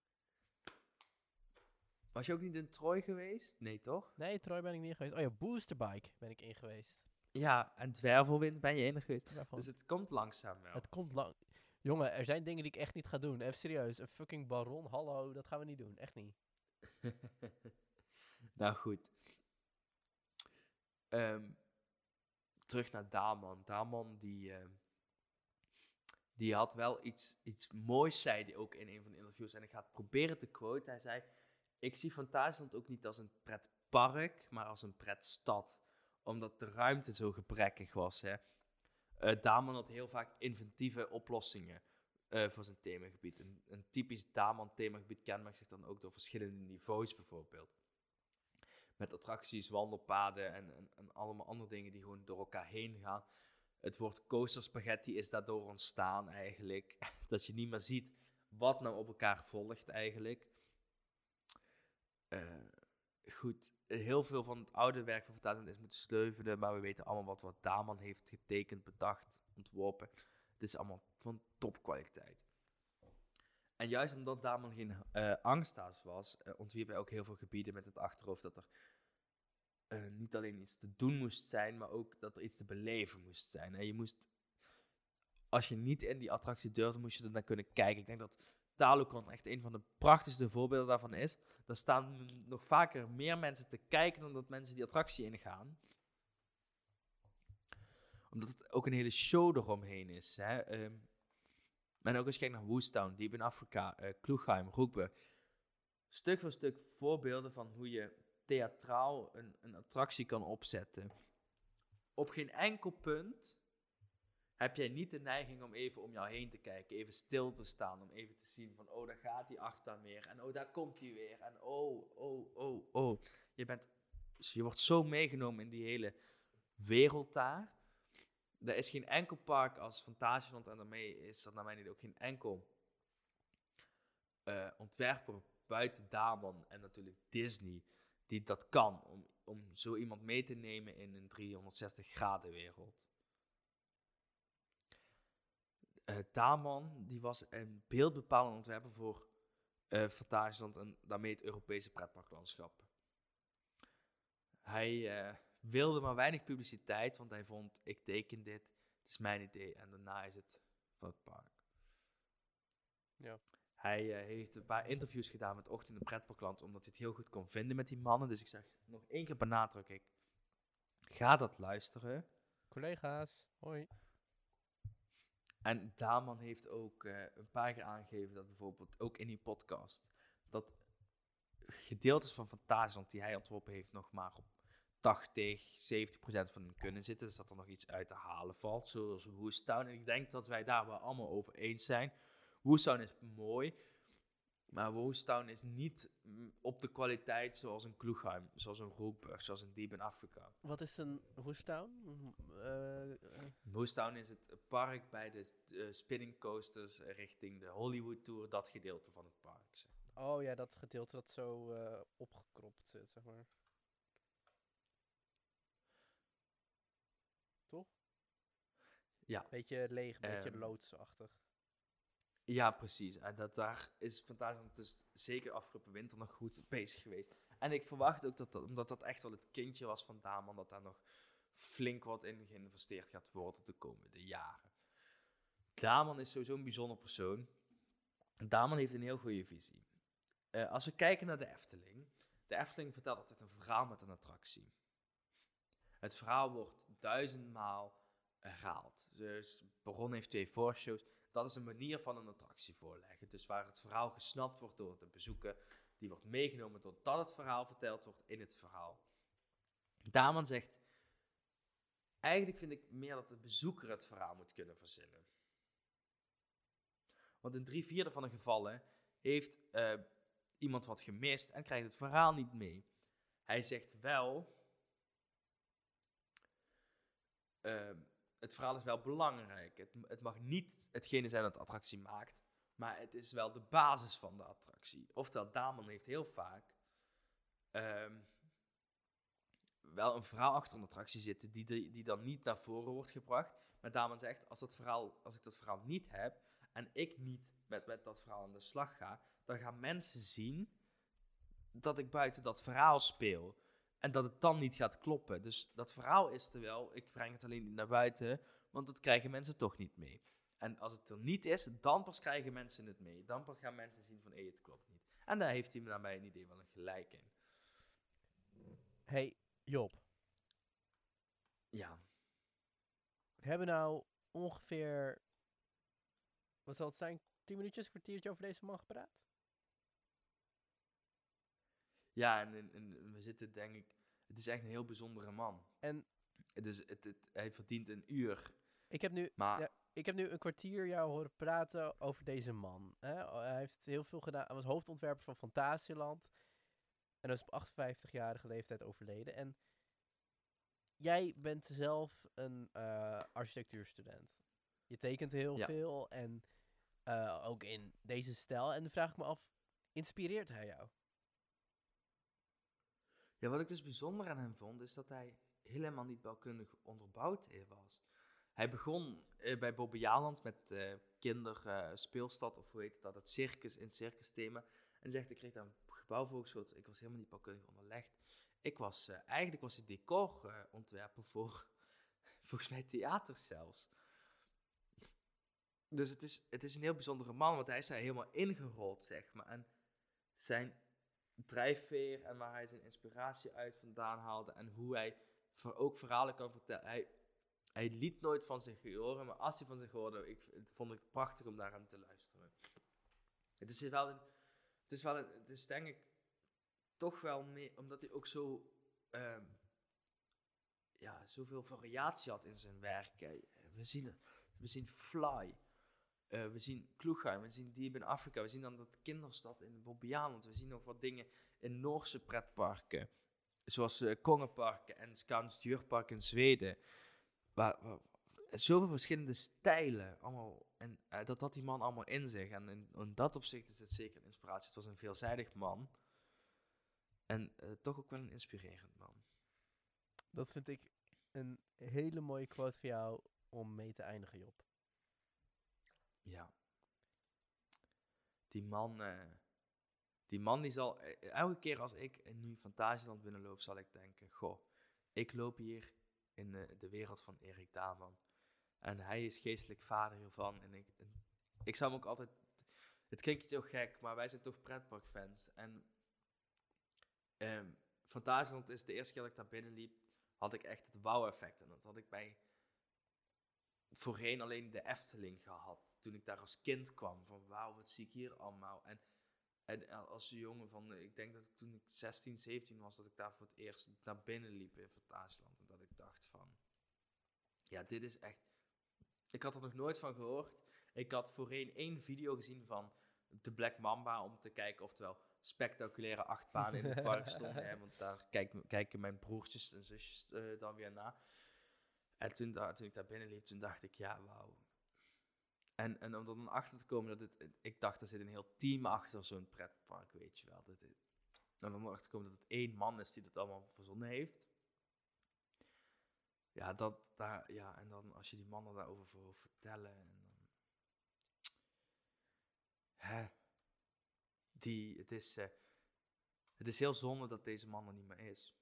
Was je ook niet in Troy geweest? Nee, toch? Nee, Troy ben ik niet in geweest. Oh ja, Boosterbike ben ik in geweest. Ja, en Zwervelwind ben je in geweest. Daarvan. Dus het komt langzaam wel. Het komt lang... Jongen, er zijn dingen die ik echt niet ga doen. Even serieus. Een fucking baron, hallo, dat gaan we niet doen. Echt niet. Nou goed. Terug naar Daman. Daman die had wel iets moois, zei hij ook in een van de interviews. En ik ga het proberen te quoten. Hij zei, ik zie Fantasieland ook niet als een pretpark, maar als een pretstad. Omdat de ruimte zo gebrekkig was. Hè. Daman had heel vaak inventieve oplossingen voor zijn themagebied. Een typisch Daman themagebied kenmerkt zich dan ook door verschillende niveaus bijvoorbeeld. Met attracties, wandelpaden en allemaal andere dingen die gewoon door elkaar heen gaan. Het woord coaster spaghetti is daardoor ontstaan eigenlijk. Dat je niet meer ziet wat nou op elkaar volgt eigenlijk. Goed, heel veel van het oude werk van Fantasieland is moeten sleuvelen. Maar we weten allemaal wat Daman heeft getekend, bedacht, ontworpen. Het is allemaal van topkwaliteit. En juist omdat Daman geen angsthaas was, ontwierp hij ook heel veel gebieden met het achterhoofd dat er niet alleen iets te doen moest zijn, maar ook dat er iets te beleven moest zijn. En je moest, als je niet in die attractie durfde, moest je er naar kunnen kijken. Ik denk dat Talokan echt een van de prachtigste voorbeelden daarvan is. Daar staan nog vaker meer mensen te kijken dan dat mensen die attractie ingaan. Omdat het ook een hele show eromheen is. Hè? En ook als je kijkt naar Woostown, Deep in Afrika, Kloegheim, Roekburg. Stuk voor stuk voorbeelden van hoe je theatraal een attractie kan opzetten. Op geen enkel punt heb jij niet de neiging om even om jou heen te kijken, even stil te staan, om even te zien van, oh, daar gaat die achtbaan weer, en oh, daar komt hij weer, en oh. Je wordt zo meegenomen in die hele wereld daar. Er is geen enkel park als Fantasieland, en daarmee is dat naar mijn idee ook geen enkel ontwerper buiten Damon en natuurlijk Disney, die dat kan, om zo iemand mee te nemen in een 360 graden wereld. Damon, die was een beeldbepalend ontwerper voor Fantasieland en daarmee het Europese pretparklandschap. Hij wilde maar weinig publiciteit, want hij vond, ik teken dit, het is mijn idee en daarna is het van het park. Ja. Hij heeft een paar interviews gedaan met Ochtend in Pretparkland, omdat hij het heel goed kon vinden met die mannen. Dus ik zeg nog 1 keer benadruk ik, ga dat luisteren. Collega's, hoi. En Daman heeft ook een paar keer aangegeven dat bijvoorbeeld ook in die podcast, dat gedeeltes van Fantasieland die hij ontworpen heeft nog maar op 80-70% van hun kunnen zitten. Dus dat er nog iets uit te halen valt, zoals Woostown. En ik denk dat wij daar wel allemaal over eens zijn. Woostown is mooi, maar Woostown is niet op de kwaliteit zoals een Kloegheim, zoals een Rookburg, zoals een Deep in Afrika. Wat is een Woostown? Woostown is het park bij de spinning coasters richting de Hollywood Tour, dat gedeelte van het park. Zeg. Oh ja, dat gedeelte dat zo opgekropt zit, zeg maar. Toch? Ja. Beetje leeg, beetje loodsachtig. Ja, precies. En daar is Fantasieland dus zeker afgelopen winter nog goed bezig geweest. En ik verwacht ook omdat dat echt wel het kindje was van Daman, dat daar nog flink wat in geïnvesteerd gaat worden de komende jaren. Daman is sowieso een bijzonder persoon. Daman heeft een heel goede visie. Als we kijken naar de Efteling. De Efteling vertelt altijd een verhaal met een attractie. Het verhaal wordt 1000 maal herhaald. Dus Baron heeft 2 voorshows. Dat is een manier van een attractie voorleggen. Dus waar het verhaal gesnapt wordt door de bezoeker, die wordt meegenomen doordat het verhaal verteld wordt in het verhaal. Daman zegt, eigenlijk vind ik meer dat de bezoeker het verhaal moet kunnen verzinnen. Want in 3/4 van de gevallen heeft iemand wat gemist en krijgt het verhaal niet mee. Hij zegt wel, het verhaal is wel belangrijk. Het mag niet hetgene zijn dat de attractie maakt, maar het is wel de basis van de attractie. Oftewel, Daman heeft heel vaak wel een verhaal achter een attractie zitten die dan niet naar voren wordt gebracht. Maar Daman zegt, als ik dat verhaal niet heb en ik niet met dat verhaal aan de slag ga, dan gaan mensen zien dat ik buiten dat verhaal speel. En dat het dan niet gaat kloppen. Dus dat verhaal is er wel, ik breng het alleen niet naar buiten, want dat krijgen mensen toch niet mee. En als het er niet is, dan pas krijgen mensen het mee. Dan pas gaan mensen zien van, hé, het klopt niet. En daar heeft hij naar mijn idee wel een gelijk in. Hey, Job. Ja. We hebben nou ongeveer, wat zal het zijn, 10 minuutjes, een kwartiertje over deze man gepraat? Ja, en we zitten denk ik, het is echt een heel bijzondere man. En dus hij verdient een uur. ik heb nu een kwartier jou horen praten over deze man. Hè? Hij heeft heel veel gedaan. Hij was hoofdontwerper van Fantasieland. En hij is op 58-jarige leeftijd overleden. En jij bent zelf een architectuurstudent. Je tekent heel veel en ook in deze stijl. En dan vraag ik me af, inspireert hij jou? Ja, wat ik dus bijzonder aan hem vond, is dat hij helemaal niet bouwkundig onderbouwd was. Hij begon bij Bobbejaanland met kinderspeelstad, of hoe heet dat, het circus in het circusthema. En zegt, ik kreeg daar een gebouw voorgeschoten, ik was helemaal niet bouwkundig onderlegd. Eigenlijk was ik decorontwerper voor, volgens mij theaters zelfs. Dus het is een heel bijzondere man, want hij is daar helemaal ingerold, zeg maar. En zijn drijfveer en waar hij zijn inspiratie uit vandaan haalde en hoe hij ook verhalen kan vertellen. hij liet nooit van zich horen, maar als hij van zich hoorde, vond ik prachtig om naar hem te luisteren. Het is denk ik toch wel meer, omdat hij ook zo, zoveel variatie had in zijn werk. We zien Fly, we zien Kloegheim, we zien Diep in Afrika, we zien dan dat kinderstad in Bobbejaanland, we zien nog wat dingen in Noorse pretparken, zoals Kongenparken en Skans Djurpark in Zweden. Waar zoveel verschillende stijlen allemaal, en dat had die man allemaal in zich. En in dat opzicht is het zeker een inspiratie. Het was een veelzijdig man. En toch ook wel een inspirerend man. Dat vind ik een hele mooie quote voor jou om mee te eindigen, Job. Ja. Die man die zal, elke keer als ik nu Fantasieland binnenloop, zal ik denken, goh, ik loop hier in de wereld van Erik Daman. En hij is geestelijk vader hiervan. En ik zou hem ook altijd, het klinkt zo gek, maar wij zijn toch pretparkfans. En Fantasieland is de eerste keer dat ik daar binnenliep, had ik echt het wauw-effect. En dat had ik bij voorheen alleen de Efteling gehad. Toen ik daar als kind kwam, van wauw, wat zie ik hier allemaal. En als een jongen van, ik denk dat toen ik 16, 17 was, dat ik daar voor het eerst naar binnen liep in Fantasieland. En dat ik dacht van, ja, dit is echt, ik had er nog nooit van gehoord. Ik had voorheen 1 video gezien van de Black Mamba, om te kijken of er wel spectaculaire achtbanen in het park stonden. Hè, want daar kijken mijn broertjes en zusjes dan weer naar. En toen ik daar binnen liep, toen dacht ik, ja, wauw. En om er dan achter te komen, ik dacht, er zit een heel team achter zo'n pretpark, weet je wel. En om erachter te komen dat het 1 man is die dat allemaal verzonnen heeft. Ja, en dan als je die mannen daarover voor vertellen, en dan, het is heel zonde dat deze man er niet meer is.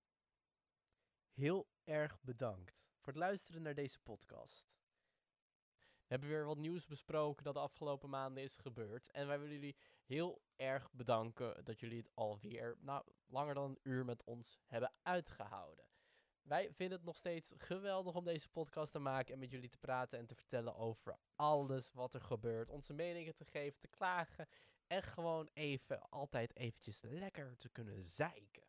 Heel erg bedankt voor het luisteren naar deze podcast. We hebben weer wat nieuws besproken dat de afgelopen maanden is gebeurd. En wij willen jullie heel erg bedanken dat jullie het alweer langer dan een uur met ons hebben uitgehouden. Wij vinden het nog steeds geweldig om deze podcast te maken en met jullie te praten en te vertellen over alles wat er gebeurt. Onze meningen te geven, te klagen en gewoon altijd eventjes lekker te kunnen zeiken.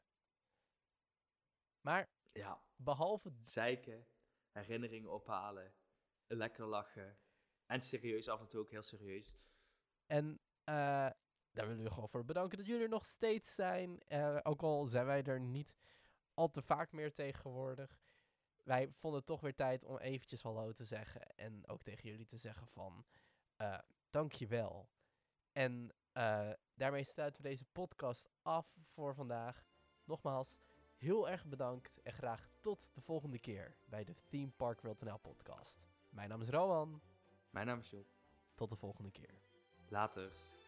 Maar Ja, behalve zeiken, herinneringen ophalen, lekker lachen en serieus, af en toe ook heel serieus. En daar willen we gewoon voor bedanken dat jullie er nog steeds zijn. Ook al zijn wij er niet al te vaak meer tegenwoordig. Wij vonden het toch weer tijd om eventjes hallo te zeggen. En ook tegen jullie te zeggen van dankjewel. En daarmee sluiten we deze podcast af voor vandaag. Nogmaals, heel erg bedankt. En graag tot de volgende keer bij de Theme Park World NL podcast. Mijn naam is Rowan. Mijn naam is Job. Tot de volgende keer. Laters.